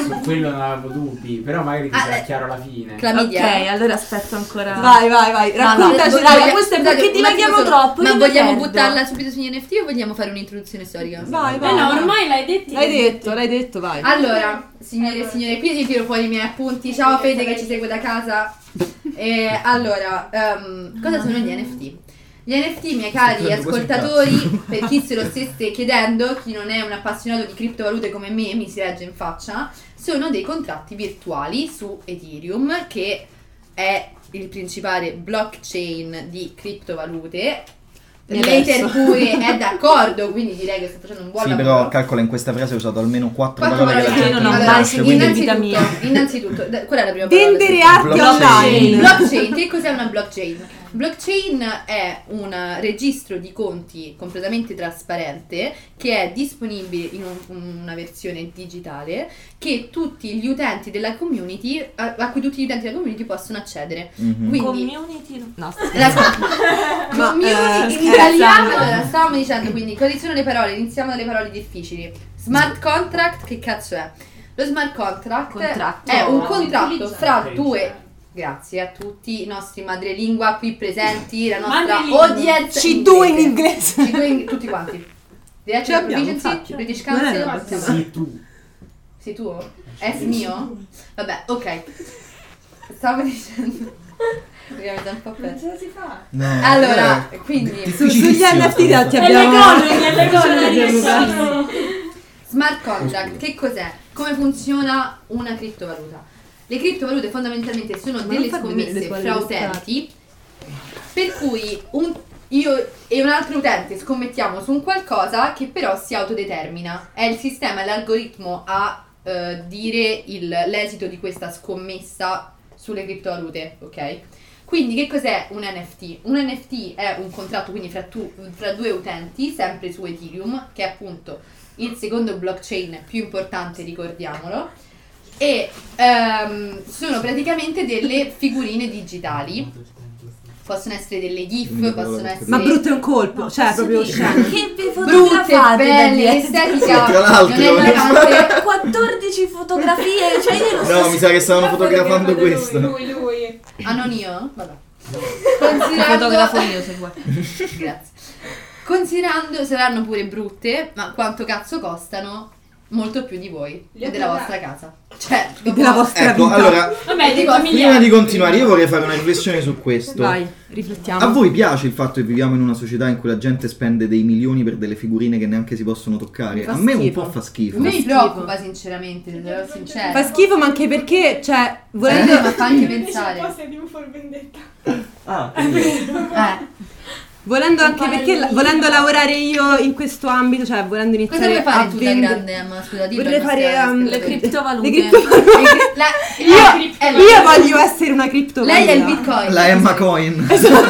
su quello non avevo dubbi, però magari ti sarà chiaro alla fine. Clamidia. Ok, allora aspetto ancora. Vai, raccontaci. Dai, questo è perché divaghiamo troppo. Ma vogliamo buttarla subito sugli NFT o vogliamo fare un'introduzione storica? Vai. No, ormai l'hai detto. Vai. Allora, signore e signori, qui tiro fuori i miei appunti. Ciao Fede che ci segue da casa. Allora, cosa sono gli NFT? Gli NFT, miei cari ascoltatori, per chi se lo stesse chiedendo, chi non è un appassionato di criptovalute come me, mi si legge in faccia, sono dei contratti virtuali su Ethereum, che è il principale blockchain di criptovalute. Later pure è d'accordo, quindi direi che sto facendo un buon lavoro. Però calcola, in questa frase ho usato almeno 4 parole che la gente non ho mai sentito in vita mia. Innanzitutto, qual è la prima parola? Vendere arti online. Blockchain, che cos'è una blockchain? Blockchain è un registro di conti completamente trasparente che è disponibile in una versione digitale che tutti gli utenti della community, a cui tutti gli utenti della community possono accedere. Quindi Community? No, community in italiano. Allora, stavamo dicendo, quindi quali sono le parole? Iniziamo dalle parole difficili. Smart contract, che cazzo è? Lo smart contract è un contratto fra due. Grazie a tutti i nostri madrelingua qui presenti, la nostra audience C2 in inglese. C2 tutti quanti. Direction Proficiency, British Council. Sì, tu. Sei tu? È mio? Vabbè, ok. Stavo dicendo. Ovviamente un po' Non ce la si fa. Allora, quindi Sugli NFT ti E abbiamo... le colonne. Smart contract, che cos'è? Come funziona una criptovaluta? Le criptovalute fondamentalmente sono delle scommesse fra utenti, per cui io e un altro utente scommettiamo su un qualcosa che però si autodetermina. È il sistema, è l'algoritmo a dire l'esito di questa scommessa sulle criptovalute, ok? Quindi che cos'è un NFT? Un NFT è un contratto quindi fra due utenti, sempre su Ethereum, che è appunto il secondo blockchain più importante, ricordiamolo. E sono praticamente delle figurine digitali, possono essere delle GIF, possono essere... Ma brutto è un colpo, cioè proprio scena. Che vi brutte, fotografate belle, l'estetica Tra l'altro. non è ignorante. 14 fotografie, cioè io non so. No, mi sa che stavano fotografando questo. Lui. Ah, non io? Vabbè. Fotografo io se vuoi. Grazie. Considerando, saranno pure brutte, ma quanto cazzo costano? Molto più di voi e della vostra casa. Cioè, Della vostra Ecco, vita. allora, Vabbè, dico prima di continuare io vorrei fare una riflessione su questo. Vai, riflettiamo. A voi piace il fatto che viviamo in una società in cui la gente spende dei milioni per delle figurine che neanche si possono toccare? Fa A me un schifo. po' fa schifo. mi preoccupa sinceramente, se sarò sincera. Fa schifo, ma anche perché, cioè, volendo... Ma fa anche pensare. di un for vendetta. Ah, Volendo anche perché volendo lavorare io in questo ambito, cioè volendo Cosa iniziare vuoi fare a tu da vendere... grande? Ma scusa, dillo Vorrei ai fare nostri Le ascoltatori. criptovalute. Le criptovalute. Io voglio essere una criptovaluta. Lei è il Bitcoin. la Emma Coin.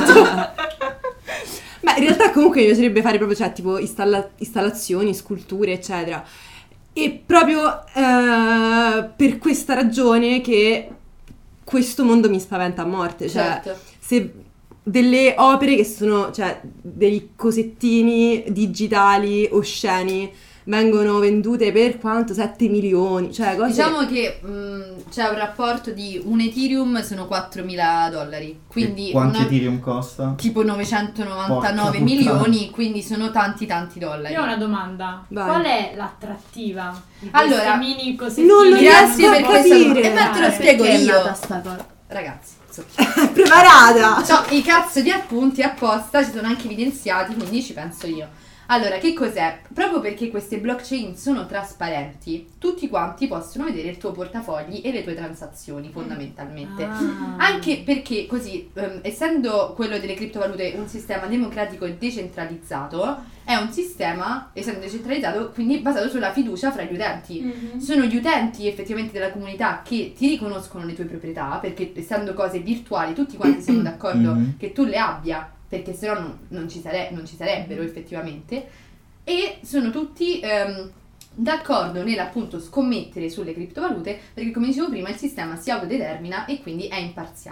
Beh, in realtà comunque mi piacerebbe fare proprio, cioè, tipo installazioni, sculture, eccetera. E proprio per questa ragione che questo mondo mi spaventa a morte. Cioè, Certo. se delle opere che sono, cioè, dei cosettini digitali osceni vengono vendute per quanto? 7 milioni, cioè cose... Diciamo che c'è un rapporto di un Ethereum sono $4.000, quindi E quanto Ethereum costa? tipo 999 Porca milioni, quindi sono tanti dollari. Io ho una domanda. Vai. Qual è l'attrattiva di Allora, questi mini cosettini? non lo Grazie riesco a per questa capire. e ma te lo spiego Perché è io. nata sta cosa? Ragazzi, preparata! no, i cazzo di appunti apposta ci sono anche evidenziati, quindi ci penso io. Allora, che cos'è? Proprio perché queste blockchain sono trasparenti, tutti quanti possono vedere il tuo portafogli e le tue transazioni, fondamentalmente. Anche perché così, essendo quello delle criptovalute un sistema democratico e decentralizzato, è un sistema, essendo decentralizzato, quindi basato sulla fiducia fra gli utenti. Sono gli utenti effettivamente della comunità che ti riconoscono le tue proprietà, perché essendo cose virtuali tutti quanti siamo d'accordo che tu le abbia, perché sennò non ci sarebbero effettivamente, e sono tutti d'accordo nell'appunto scommettere sulle criptovalute, perché come dicevo prima il sistema si autodetermina e quindi è imparziale.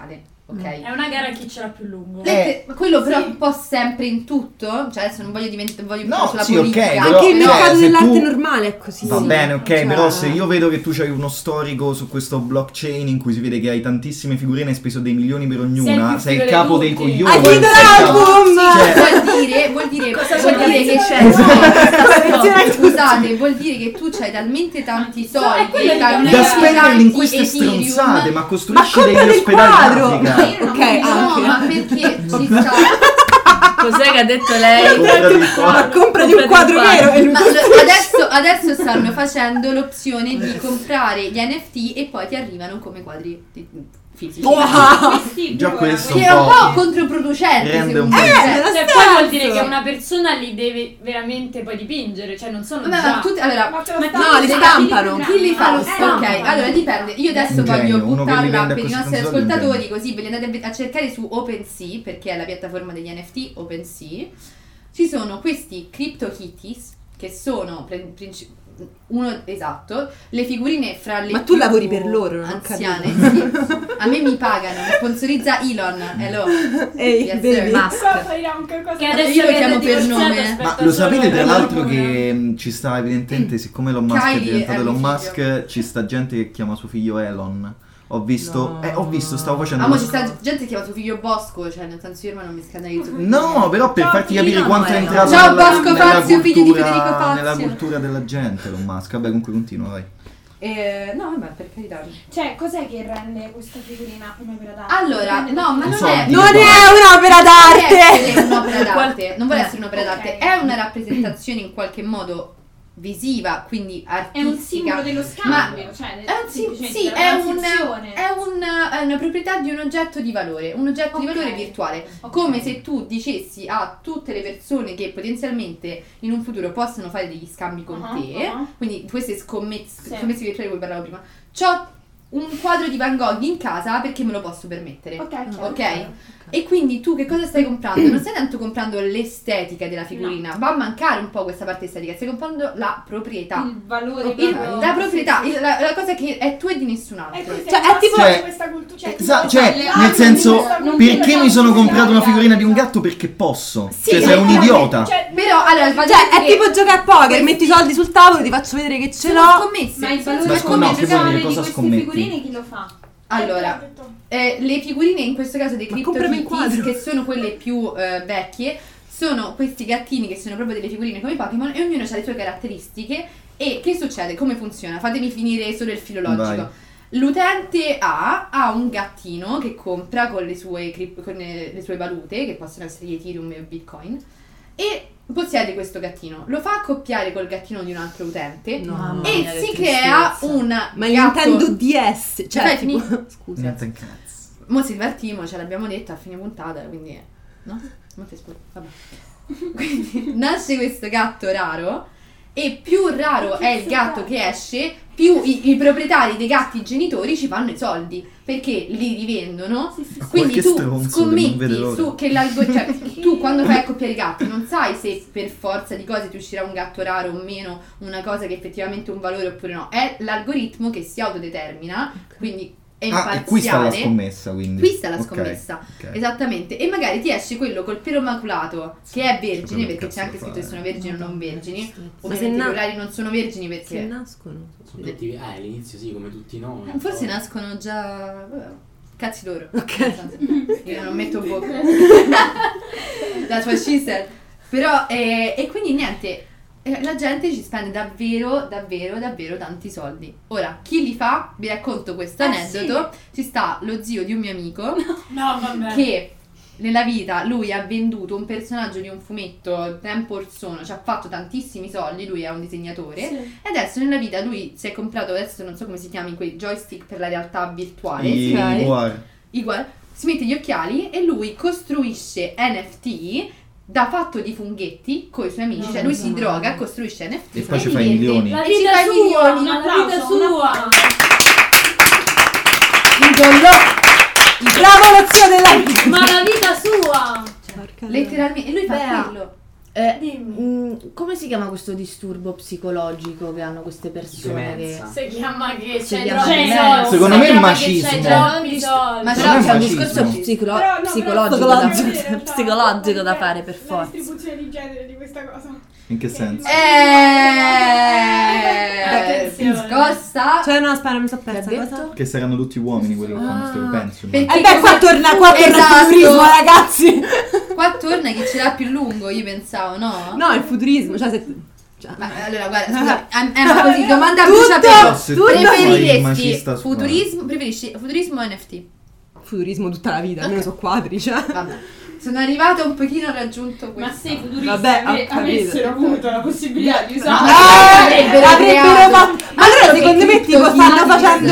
ok? È una gara a chi ce l'ha più lungo. Quello però un po' sempre in tutto, cioè adesso non voglio no, sulla sì, politica. ok, anche il mercato dell'arte tu... normale è così. Va bene, ok, cioè... però se io vedo che tu c'hai uno storico su questo blockchain in cui si vede che hai tantissime figurine e hai speso dei milioni per ognuna, sei il capo dei coglioni. Hai finito l'album! Vuol dire che c'è scusate, vuol dire che tu c'hai talmente tanti soldi da spenderli in queste stronzate, ma costruisci degli ospedali in Africa. Ok, no, ma perché ci sta... Cos'è che ha detto lei? Comprati un quadro vero e ma adesso stanno facendo l'opzione di comprare gli NFT e poi ti arrivano come quadri fisici. Già questo che è un po' controproducente secondo me. Cioè, poi vuol dire che una persona li deve veramente poi dipingere, cioè non sono già... no, li stampano. Chi li fa? Ok, allora dipende. Io adesso voglio buttarla per i nostri ascoltatori, così ve li andate a cercare su OpenSea, perché è la piattaforma degli NFT. OpenSea, ci sono questi CryptoKitties che sono le figurine fra le ma tu lavori per loro, non anziane, sì. A me mi pagano, mi sponsorizza Elon. Hello. Ehi, baby. Che adesso io lo chiamo per nome. Ma lo sapete tra l'altro che ci sta evidentemente, siccome Elon Musk è diventato Elon Musk, ci sta gente che chiama suo figlio Elon. Ho visto, stavo facendo... Ma ci sta gente che chiama suo figlio Bosco, cioè nel senso io non mi scandalizzo. No, però per farti capire quanto è entrato Bosco Fazio, figlio di Federico Fazio. Nella cultura della gente, Elon Musk. Vabbè, comunque continua, vai. No, vabbè, per carità. Cioè, cos'è che rende questa figurina un'opera d'arte? Allora, no, ma non è un'opera d'arte! Un'opera d'arte. Non vuole essere un'opera d'arte, è una rappresentazione in qualche modo visiva, quindi artistica. È un simbolo dello scambio, è una proprietà di un oggetto di valore, un oggetto di valore virtuale, come se tu dicessi a tutte le persone che potenzialmente in un futuro possono fare degli scambi con te, quindi queste scommesse virtuali di cui parlavo prima, c'ho un quadro di Van Gogh in casa perché me lo posso permettere, ok? E quindi tu che cosa stai comprando? Non stai tanto comprando l'estetica della figurina, va a mancare un po' questa parte estetica, stai comprando la proprietà, il valore, la proprietà, la cosa che è tua e di nessun altro. Cioè è tipo questa cultura, nel senso, perché mi sono comprato una figurina di un gatto? Perché posso, cioè sei un idiota. Però allora è tipo giocare a poker, metti i soldi sul tavolo, ti faccio vedere che ce l'ho. Ma il valore di queste figurine chi lo fa? Allora, le figurine in questo caso dei CryptoKitties, che sono quelle più vecchie, sono questi gattini che sono proprio delle figurine come Pokémon e ognuno ha le sue caratteristiche. E che succede? Come funziona? Fatemi finire solo il filologico. Vai. L'utente ha un gattino che compra con le sue valute, che possono essere Ethereum e Bitcoin, e possiede questo gattino, lo fa accoppiare col gattino di un altro utente e si crea una Nintendo DS, cioè scusa, mo si divertimo, ce l'abbiamo detto a fine puntata, quindi no? Vabbè. Quindi nasce questo gatto raro e più raro è il gatto che esce, più i proprietari dei gatti genitori ci fanno i soldi perché li rivendono. Quindi tu scommetti su che cioè, tu quando fai accoppiare i gatti non sai se per forza di cose ti uscirà un gatto raro o meno, una cosa che effettivamente ha un valore oppure no. È l'algoritmo che si autodetermina, quindi è imparziale. E qui sta la scommessa, quindi. Qui sta la scommessa, esattamente. E magari ti esce quello col pelo maculato che è vergine, perché c'è anche scritto se sono vergini o non vergini. Ovviamente i plurali non sono vergini perché se nascono all'inizio sì, come tutti noi. Forse nascono già cazzi loro. Ok. Io non metto bocca. That's what she said. Però e quindi niente, la gente ci spende davvero tanti soldi. Ora, chi li fa? Vi racconto questo aneddoto. Ci sta lo zio di un mio amico che nella vita lui ha venduto un personaggio di un fumetto tempo or sono, ci ha fatto tantissimi soldi, lui è un disegnatore e adesso nella vita lui si è comprato, adesso non so come si chiami, quei joystick per la realtà virtuale, si mette gli occhiali e lui costruisce NFT da fatto di funghetti con i suoi amici, cioè lui si droga, costruisce NFT e poi ci fa i milioni. La vita sua, la vita sua. Bravo lo zio della vita. Ma la vita sua. Letteralmente, e lui fa quello. Come si chiama questo disturbo psicologico che hanno queste persone? Che si chiama che si c'è chiama secondo me è il macismo. Ma però c'è un discorso psicologico da fare per forza. La distribuzione di genere di questa cosa. In che senso? Discosta. Cioè no, aspetta, mi sono persa. Cosa? Che saranno tutti uomini quelli che fanno questo, penso. Perché qua torna il futurismo, ragazzi. Qua torna chi ce l'ha più lungo, io pensavo, no? No, il futurismo, cioè se... Ma allora guarda, scusa, ma così, domanda a bruciapelo. Preferisci futurismo o NFT? Futurismo tutta la vita, almeno sono quadri, cioè. Vabbè. Sono arrivata un pochino raggiunto questo. Ma se i futuristi avessero avuto la possibilità di usare avrebbero fatto. Ma allora secondo me tipo stanno facendo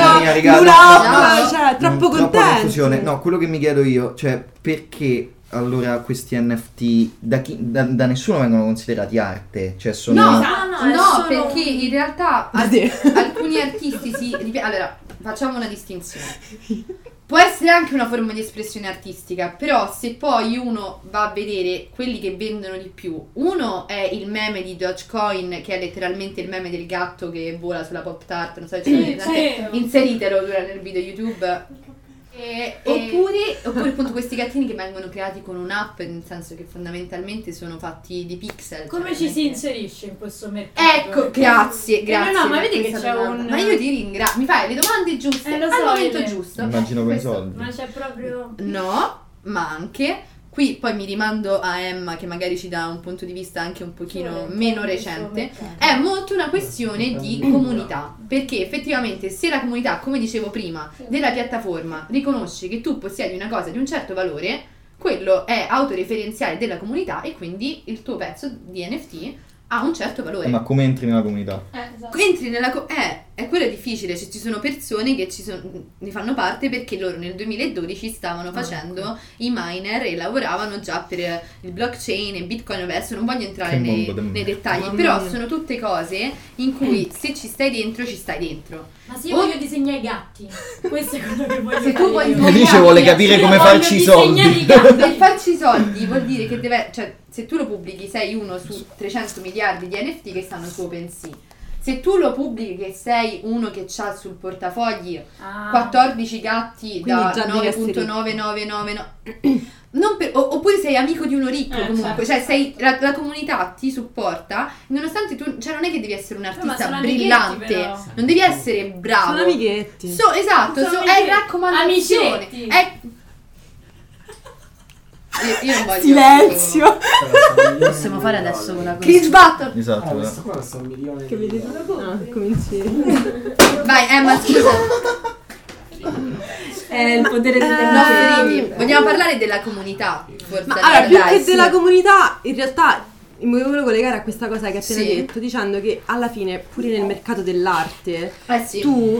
una cioè troppo contenti. Confusione. No, quello che mi chiedo io, cioè perché allora questi NFT da nessuno vengono considerati arte? Cioè sono no, perché in realtà alcuni artisti allora, facciamo una distinzione. Può essere anche una forma di espressione artistica, però se poi uno va a vedere quelli che vendono di più, uno è il meme di Dogecoin, che è letteralmente il meme del gatto che vola sulla Pop Tart, non so se inseritelo nel video YouTube. Oppure appunto questi gattini che vengono creati con un'app, nel senso che fondamentalmente sono fatti di pixel. Come ci si inserisce in questo mercato? Ecco, grazie. No, ma vedi che c'è Ma io ti ringrazio, mi fai le domande giuste al momento giusto. Immagino con i soldi. Ma c'è proprio... No, ma anche... Qui poi mi rimando a Emma che magari ci dà un punto di vista anche un pochino meno recente. È molto una questione di comunità, perché effettivamente se la comunità, come dicevo prima, della piattaforma riconosce che tu possiedi una cosa di un certo valore, quello è autoreferenziale della comunità e quindi il tuo pezzo di NFT ha un certo valore. Ma come entri nella comunità? Esatto. Entri nella è quello è difficile, cioè, ci sono persone che ne fanno parte perché loro nel 2012 stavano facendo i miner e lavoravano già per il blockchain e Bitcoin. Adesso non voglio entrare nei dettagli, però sono tutte cose in cui se ci stai dentro, ci stai dentro. Ma se io voglio disegnare i gatti, questo è quello che voglio se tu vuoi Alice vuole capire come farci i soldi. Per farci i soldi vuol dire che cioè se tu lo pubblichi sei uno su 300 miliardi di NFT che stanno su OpenSea. Se tu lo pubblichi che sei uno che ha sul portafogli 14 gatti da 9.9999 oppure sei amico di uno ricco comunque, cioè sei la comunità ti supporta nonostante tu, cioè non è che devi essere un artista brillante, non devi essere bravo, sono amighetti, esatto, è raccomandazione, io non voglio silenzio. Possiamo fare adesso quella cosa. Chris Button. Esatto. Questo qua sta un milione. Che vedete? Cominci. Vai Emma, scusa. È il potere delle vogliamo parlare della comunità, forse. Ma allora, più che della comunità, in realtà mi volevo collegare a questa cosa che hai appena detto, dicendo che alla fine pure nel mercato dell'arte tu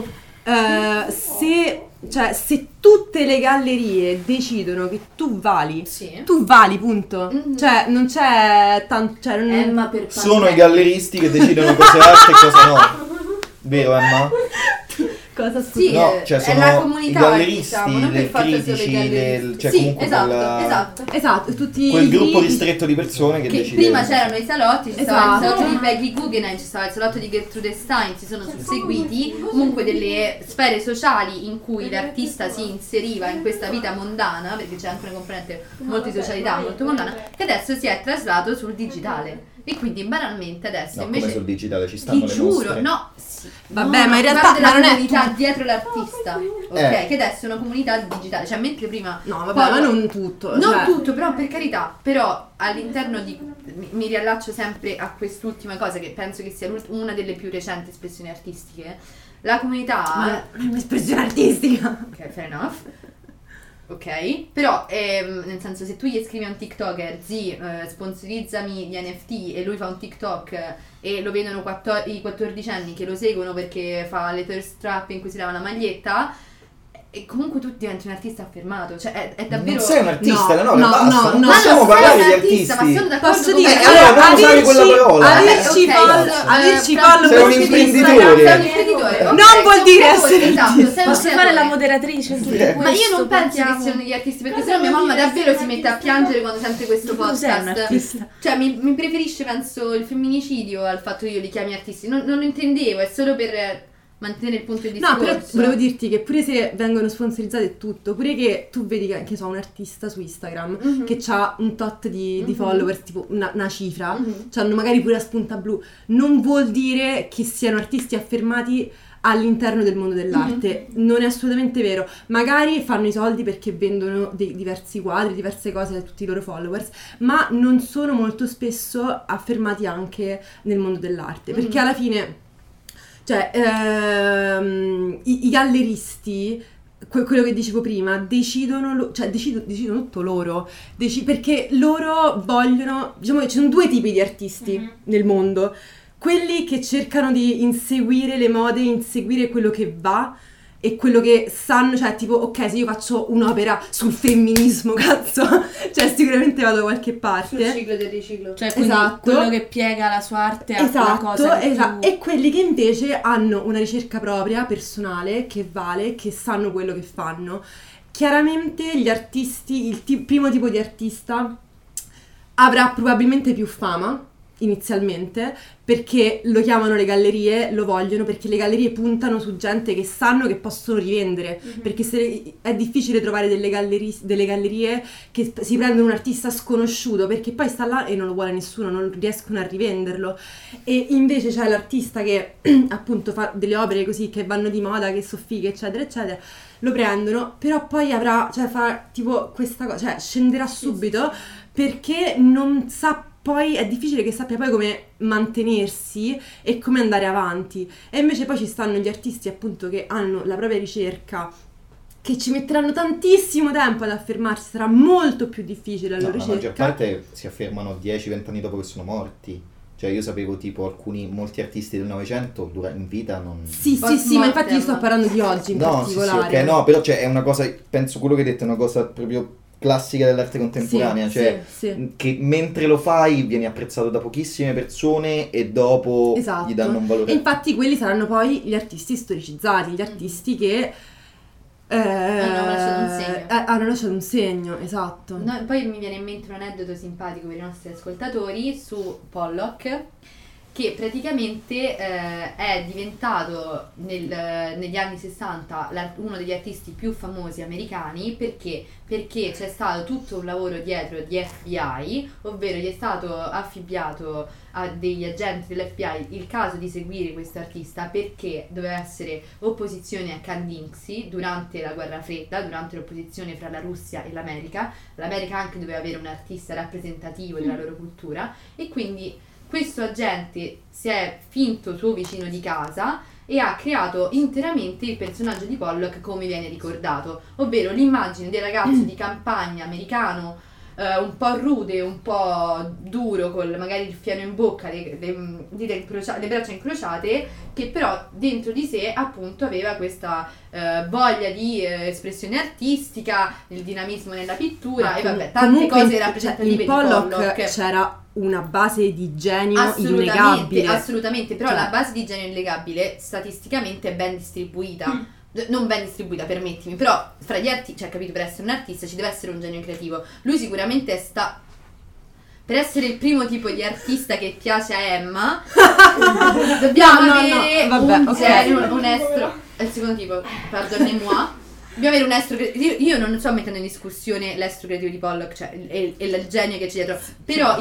se tutte le gallerie decidono che tu vali, punto. Mm-hmm. Cioè non c'è tanto, cioè, Emma per sono i galleristi che decidono cosa è arte e cosa no. Vero Emma? Cosa sì, no, cioè sono è la comunità, i galleristi, diciamo, i critici, cioè comunque esatto, tutti quel gruppo ristretto di persone che decidono. Prima c'erano i salotti, ci stava il salotto di Peggy Guggenheim, ci stava il salotto di Gertrude Stein, si sono susseguiti comunque delle sfere sociali in cui l'artista si inseriva in questa vita mondana, perché c'è anche una componente molto di socialità, molto mondana, che adesso si è traslato sul digitale. E quindi banalmente adesso invece come sul digitale ci stanno le mostre. Vabbè, ma in realtà la non comunità è dietro l'artista, ok? Che adesso è una comunità digitale, cioè mentre prima ma non tutto. Non tutto, però per carità, però all'interno di mi riallaccio sempre a quest'ultima cosa che penso che sia una delle più recenti espressioni artistiche. La comunità ma è un'espressione artistica. Ok, fair enough. Ok, però nel senso se tu gli scrivi a un TikToker sponsorizzami gli NFT e lui fa un TikTok e lo vedono i 14 anni che lo seguono perché fa le thirst trap in cui si lava la maglietta, e comunque tu diventi un artista affermato, cioè è davvero... Non sei un artista, no, basta, no, non possiamo parlare di artisti. Ma sono d'accordo. Posso con dire, te. allora non usare quella parola. Averci follower sei un imprenditore. Non vuol dire essere artista. Posso fare la moderatrice su questo? Ma io non penso che siano gli artisti, perché sennò mia mamma davvero si mette a piangere quando sente questo podcast. Cioè mi preferisce, penso, il femminicidio al fatto che io li chiami artisti. Non lo intendevo, è solo per mantenere il punto di discorso. No, però volevo dirti che pure se vengono sponsorizzate e tutto, pure che tu vedi che so un artista su Instagram che ha un tot di followers, tipo una cifra, c'hanno magari pure la spunta blu, non vuol dire che siano artisti affermati all'interno del mondo dell'arte. Non è assolutamente vero. Magari fanno i soldi perché vendono diversi quadri, diverse cose a tutti i loro followers, ma non sono molto spesso affermati anche nel mondo dell'arte, perché alla fine, cioè, i galleristi, quello che dicevo prima, decidono tutto loro, perché loro vogliono, diciamo che ci sono due tipi di artisti nel mondo: quelli che cercano di inseguire le mode, inseguire quello che va e quello che sanno, cioè tipo, ok, se io faccio un'opera sul femminismo, cazzo, cioè sicuramente vado da qualche parte. Sul ciclo del riciclo. Cioè quindi quello che piega la sua arte a quella cosa che più... E quelli che invece hanno una ricerca propria, personale, che vale, che sanno quello che fanno. Chiaramente gli artisti, primo tipo di artista avrà probabilmente più fama inizialmente, perché lo chiamano le gallerie, lo vogliono, perché le gallerie puntano su gente che sanno che possono rivendere, perché è difficile trovare delle gallerie che si prendono un artista sconosciuto, perché poi sta là e non lo vuole nessuno, non riescono a rivenderlo. E invece c'è l'artista che appunto fa delle opere così che vanno di moda, che sono fighe, eccetera eccetera, lo prendono, però poi fa tipo questa cosa, cioè scenderà subito, perché non sa, poi è difficile che sappia poi come mantenersi e come andare avanti. E invece poi ci stanno gli artisti appunto che hanno la propria ricerca, che ci metteranno tantissimo tempo ad affermarsi, sarà molto più difficile la loro ricerca. La maggior parte si affermano 10-20 anni dopo che sono morti. Cioè io sapevo tipo molti artisti del Novecento in vita non... Sì, ma infatti io sto parlando di oggi in particolare. Sì, ok, no, però cioè, è una cosa, penso quello che hai detto è una cosa proprio classica dell'arte contemporanea, che mentre lo fai vieni apprezzato da pochissime persone e dopo gli danno un valore. E infatti quelli saranno poi gli artisti storicizzati, gli artisti che hanno lasciato un segno, esatto. No, poi mi viene in mente un aneddoto simpatico per i nostri ascoltatori su Pollock, che praticamente è diventato negli anni 60 uno degli artisti più famosi americani, perché c'è stato tutto un lavoro dietro di FBI, ovvero gli è stato affibbiato a degli agenti dell'FBI il caso di seguire questo artista, perché doveva essere opposizione a Kandinsky durante la guerra fredda, durante l'opposizione fra la Russia e l'America anche doveva avere un artista rappresentativo della loro cultura, e quindi questo agente si è finto suo vicino di casa e ha creato interamente il personaggio di Pollock come viene ricordato, ovvero l'immagine del ragazzo di campagna americano, un po' rude, un po' duro, con magari il fieno in bocca, le braccia incrociate, che però dentro di sé appunto aveva questa voglia di espressione artistica, il dinamismo nella pittura, e vabbè, tante cose rappresentative di Pollock. C'era una base di genio innegabile. Assolutamente, però la base di genio innegabile statisticamente è ben distribuita. Non ben distribuita, permettimi, però fra gli artisti, cioè capito, per essere un artista ci deve essere un genio creativo. Lui sicuramente per essere il primo tipo di artista che piace a Emma dobbiamo avere un genio, un estro. È il secondo tipo, pardonnez-moi. Dobbiamo avere un estro creativo. Io non sto mettendo in discussione l'estro creativo di Pollock, cioè e il genio che c'è dietro, però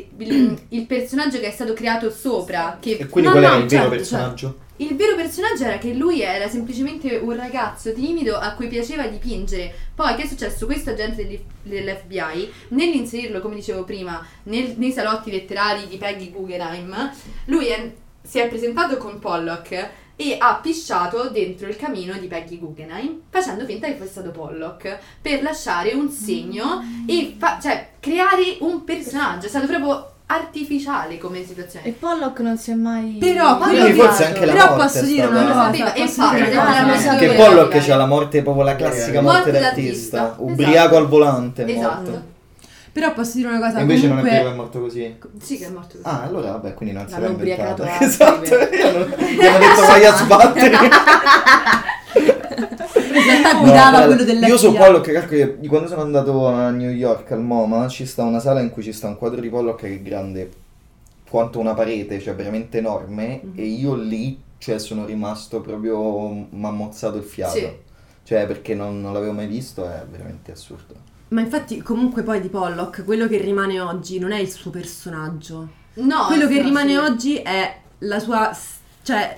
il personaggio che è stato creato sopra, che... E quindi qual era il vero personaggio? Il vero personaggio era che lui era semplicemente un ragazzo timido a cui piaceva dipingere. Poi che è successo? Questo agente dell'FBI, nell'inserirlo, come dicevo prima, nei salotti letterari di Peggy Guggenheim, lui si è presentato con Pollock e ha pisciato dentro il camino di Peggy Guggenheim, facendo finta che fosse stato Pollock, per lasciare un segno e cioè creare un personaggio. È stato proprio artificiale come situazione. E Pollock non si è mai... Però forse anche la morte posso dire una cosa. Che Pollock c'ha la morte, proprio la classica morte d'artista, ubriaco al volante. Esatto. Però posso dire una cosa. E invece comunque... non è vero che è morto così? Sì, che è morto così. Ah, allora vabbè, quindi non si era inventato. Esatto, abbiamo detto vai a sbattere. In realtà guidava quello dell'FBI. Io su Pollock, calcolo che quando sono andato a New York al MoMA ci sta una sala in cui ci sta un quadro di Pollock che è grande quanto una parete, cioè veramente enorme, e io lì, cioè, sono rimasto proprio m'ammozzato il fiato. Sì. Cioè, perché non l'avevo mai visto, è veramente assurdo. Ma infatti comunque poi di Pollock quello che rimane oggi non è il suo personaggio. No, quello che rimane oggi è la sua, cioè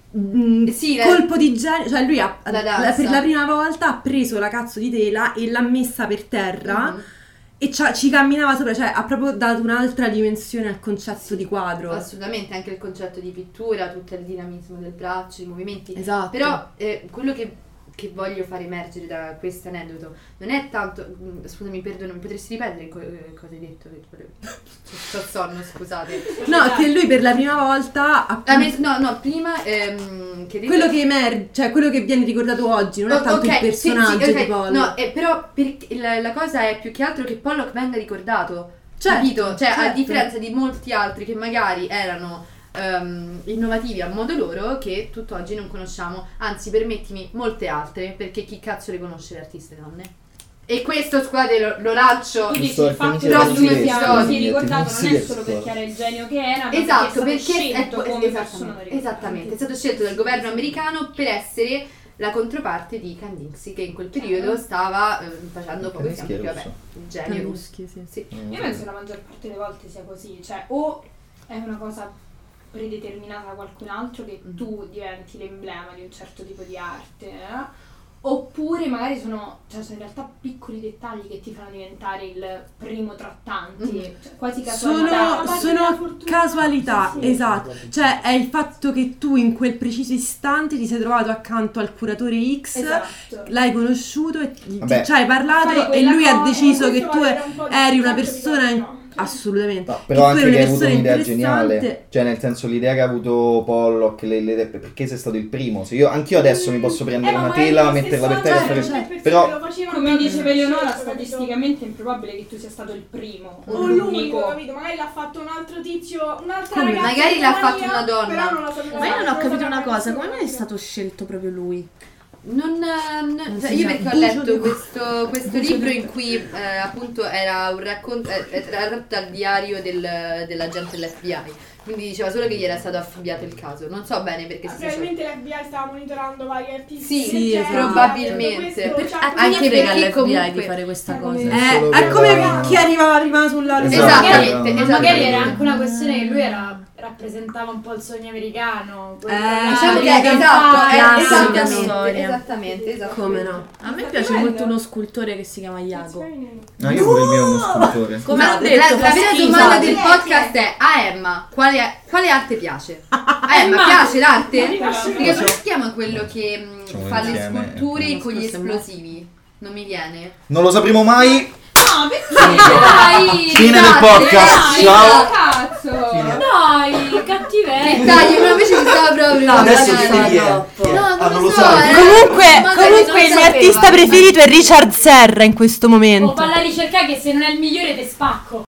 sì, colpo di genio, cioè lui per la prima volta ha preso la cazzo di tela e l'ha messa per terra e ci camminava sopra, cioè ha proprio dato un'altra dimensione al concetto di quadro. Assolutamente, anche il concetto di pittura, tutto il dinamismo del braccio, i movimenti. Esatto. Però quello che voglio far emergere da questo aneddoto non è tanto, scusami, perdono, potresti ripetere cosa hai detto? C'ho sonno, scusate. No, che lui per la prima volta prima che quello che emerge, cioè quello che viene ricordato oggi non è tanto il personaggio di Pollock. No, però la cosa è più che altro che Pollock venga ricordato, certo, capito? Cioè a differenza di molti altri che magari erano innovativi a modo loro, che tutt'oggi non conosciamo, anzi permettimi molte altre, perché chi cazzo le conosce le artiste donne? E questo, scusate, lo lancio. Tu dici il fatto che lui sia ricordato non è solo perché era il genio che era, ma esatto, perché è stato scelto come persona da ricordare. Esattamente, è stato scelto dal governo americano per essere la controparte di Kandinsky, che in quel periodo stava facendo poco tempo, perché vabbè, il genio russo. Sì. Io penso che la maggior parte delle volte sia così, cioè o è una cosa predeterminata da qualcun altro che tu diventi l'emblema di un certo tipo di arte, oppure magari sono in realtà piccoli dettagli che ti fanno diventare il primo tra tanti, cioè, quasi casualità. Sono casualità, sì. Esatto. Cioè è il fatto che tu in quel preciso istante ti sei trovato accanto al curatore X, esatto. L'hai conosciuto e ci hai parlato e lui ha deciso che tu eri una persona... Assolutamente. No, però anche che hai avuto un'idea geniale, cioè nel senso l'idea che ha avuto Pollock, perché sei stato il primo. Se anch'io adesso mi posso prendere una tela, metterla per terra, però come diceva Eleonora, statisticamente è improbabile che tu sia stato il primo o l'unico, capito? Magari l'ha fatto un altro tizio, un'altra ragazza, magari l'ha fatto una donna. Ma io non ho capito una cosa, come mai è stato scelto proprio lui? Io perché ho letto questo libro in cui appunto era un racconto, era tratto dal diario dell'agente dell'FBI, quindi diceva solo che gli era stato affibbiato il caso. Non so bene perché probabilmente l'FBI stava monitorando vari artisti. Sì, probabilmente. Anche perché l'FBI di fare questa cosa. È come chi arrivava prima sulla Esattamente. Magari era anche una questione che lui rappresentava un po' il sogno americano. Diciamo che esattamente. Come no? A me piace molto uno scultore che si chiama Iago. No, io pure il mio è uno scultore. Come ho detto, la vera domanda del podcast è: a Emma quale arte piace? A Emma piace l'arte? Perché come si chiama quello che fa le sculture con gli esplosivi? Non mi viene. Non lo sapremo mai. No, perché? Fine del podcast. Ciao. Cazzo. Dai, cattiveria. Dai, io invece mi stava proprio. Adesso chiedi chi è. Non lo sai. Comunque il mio artista preferito è Richard Serra in questo momento. O falla ricercare che se non è il migliore te spacco.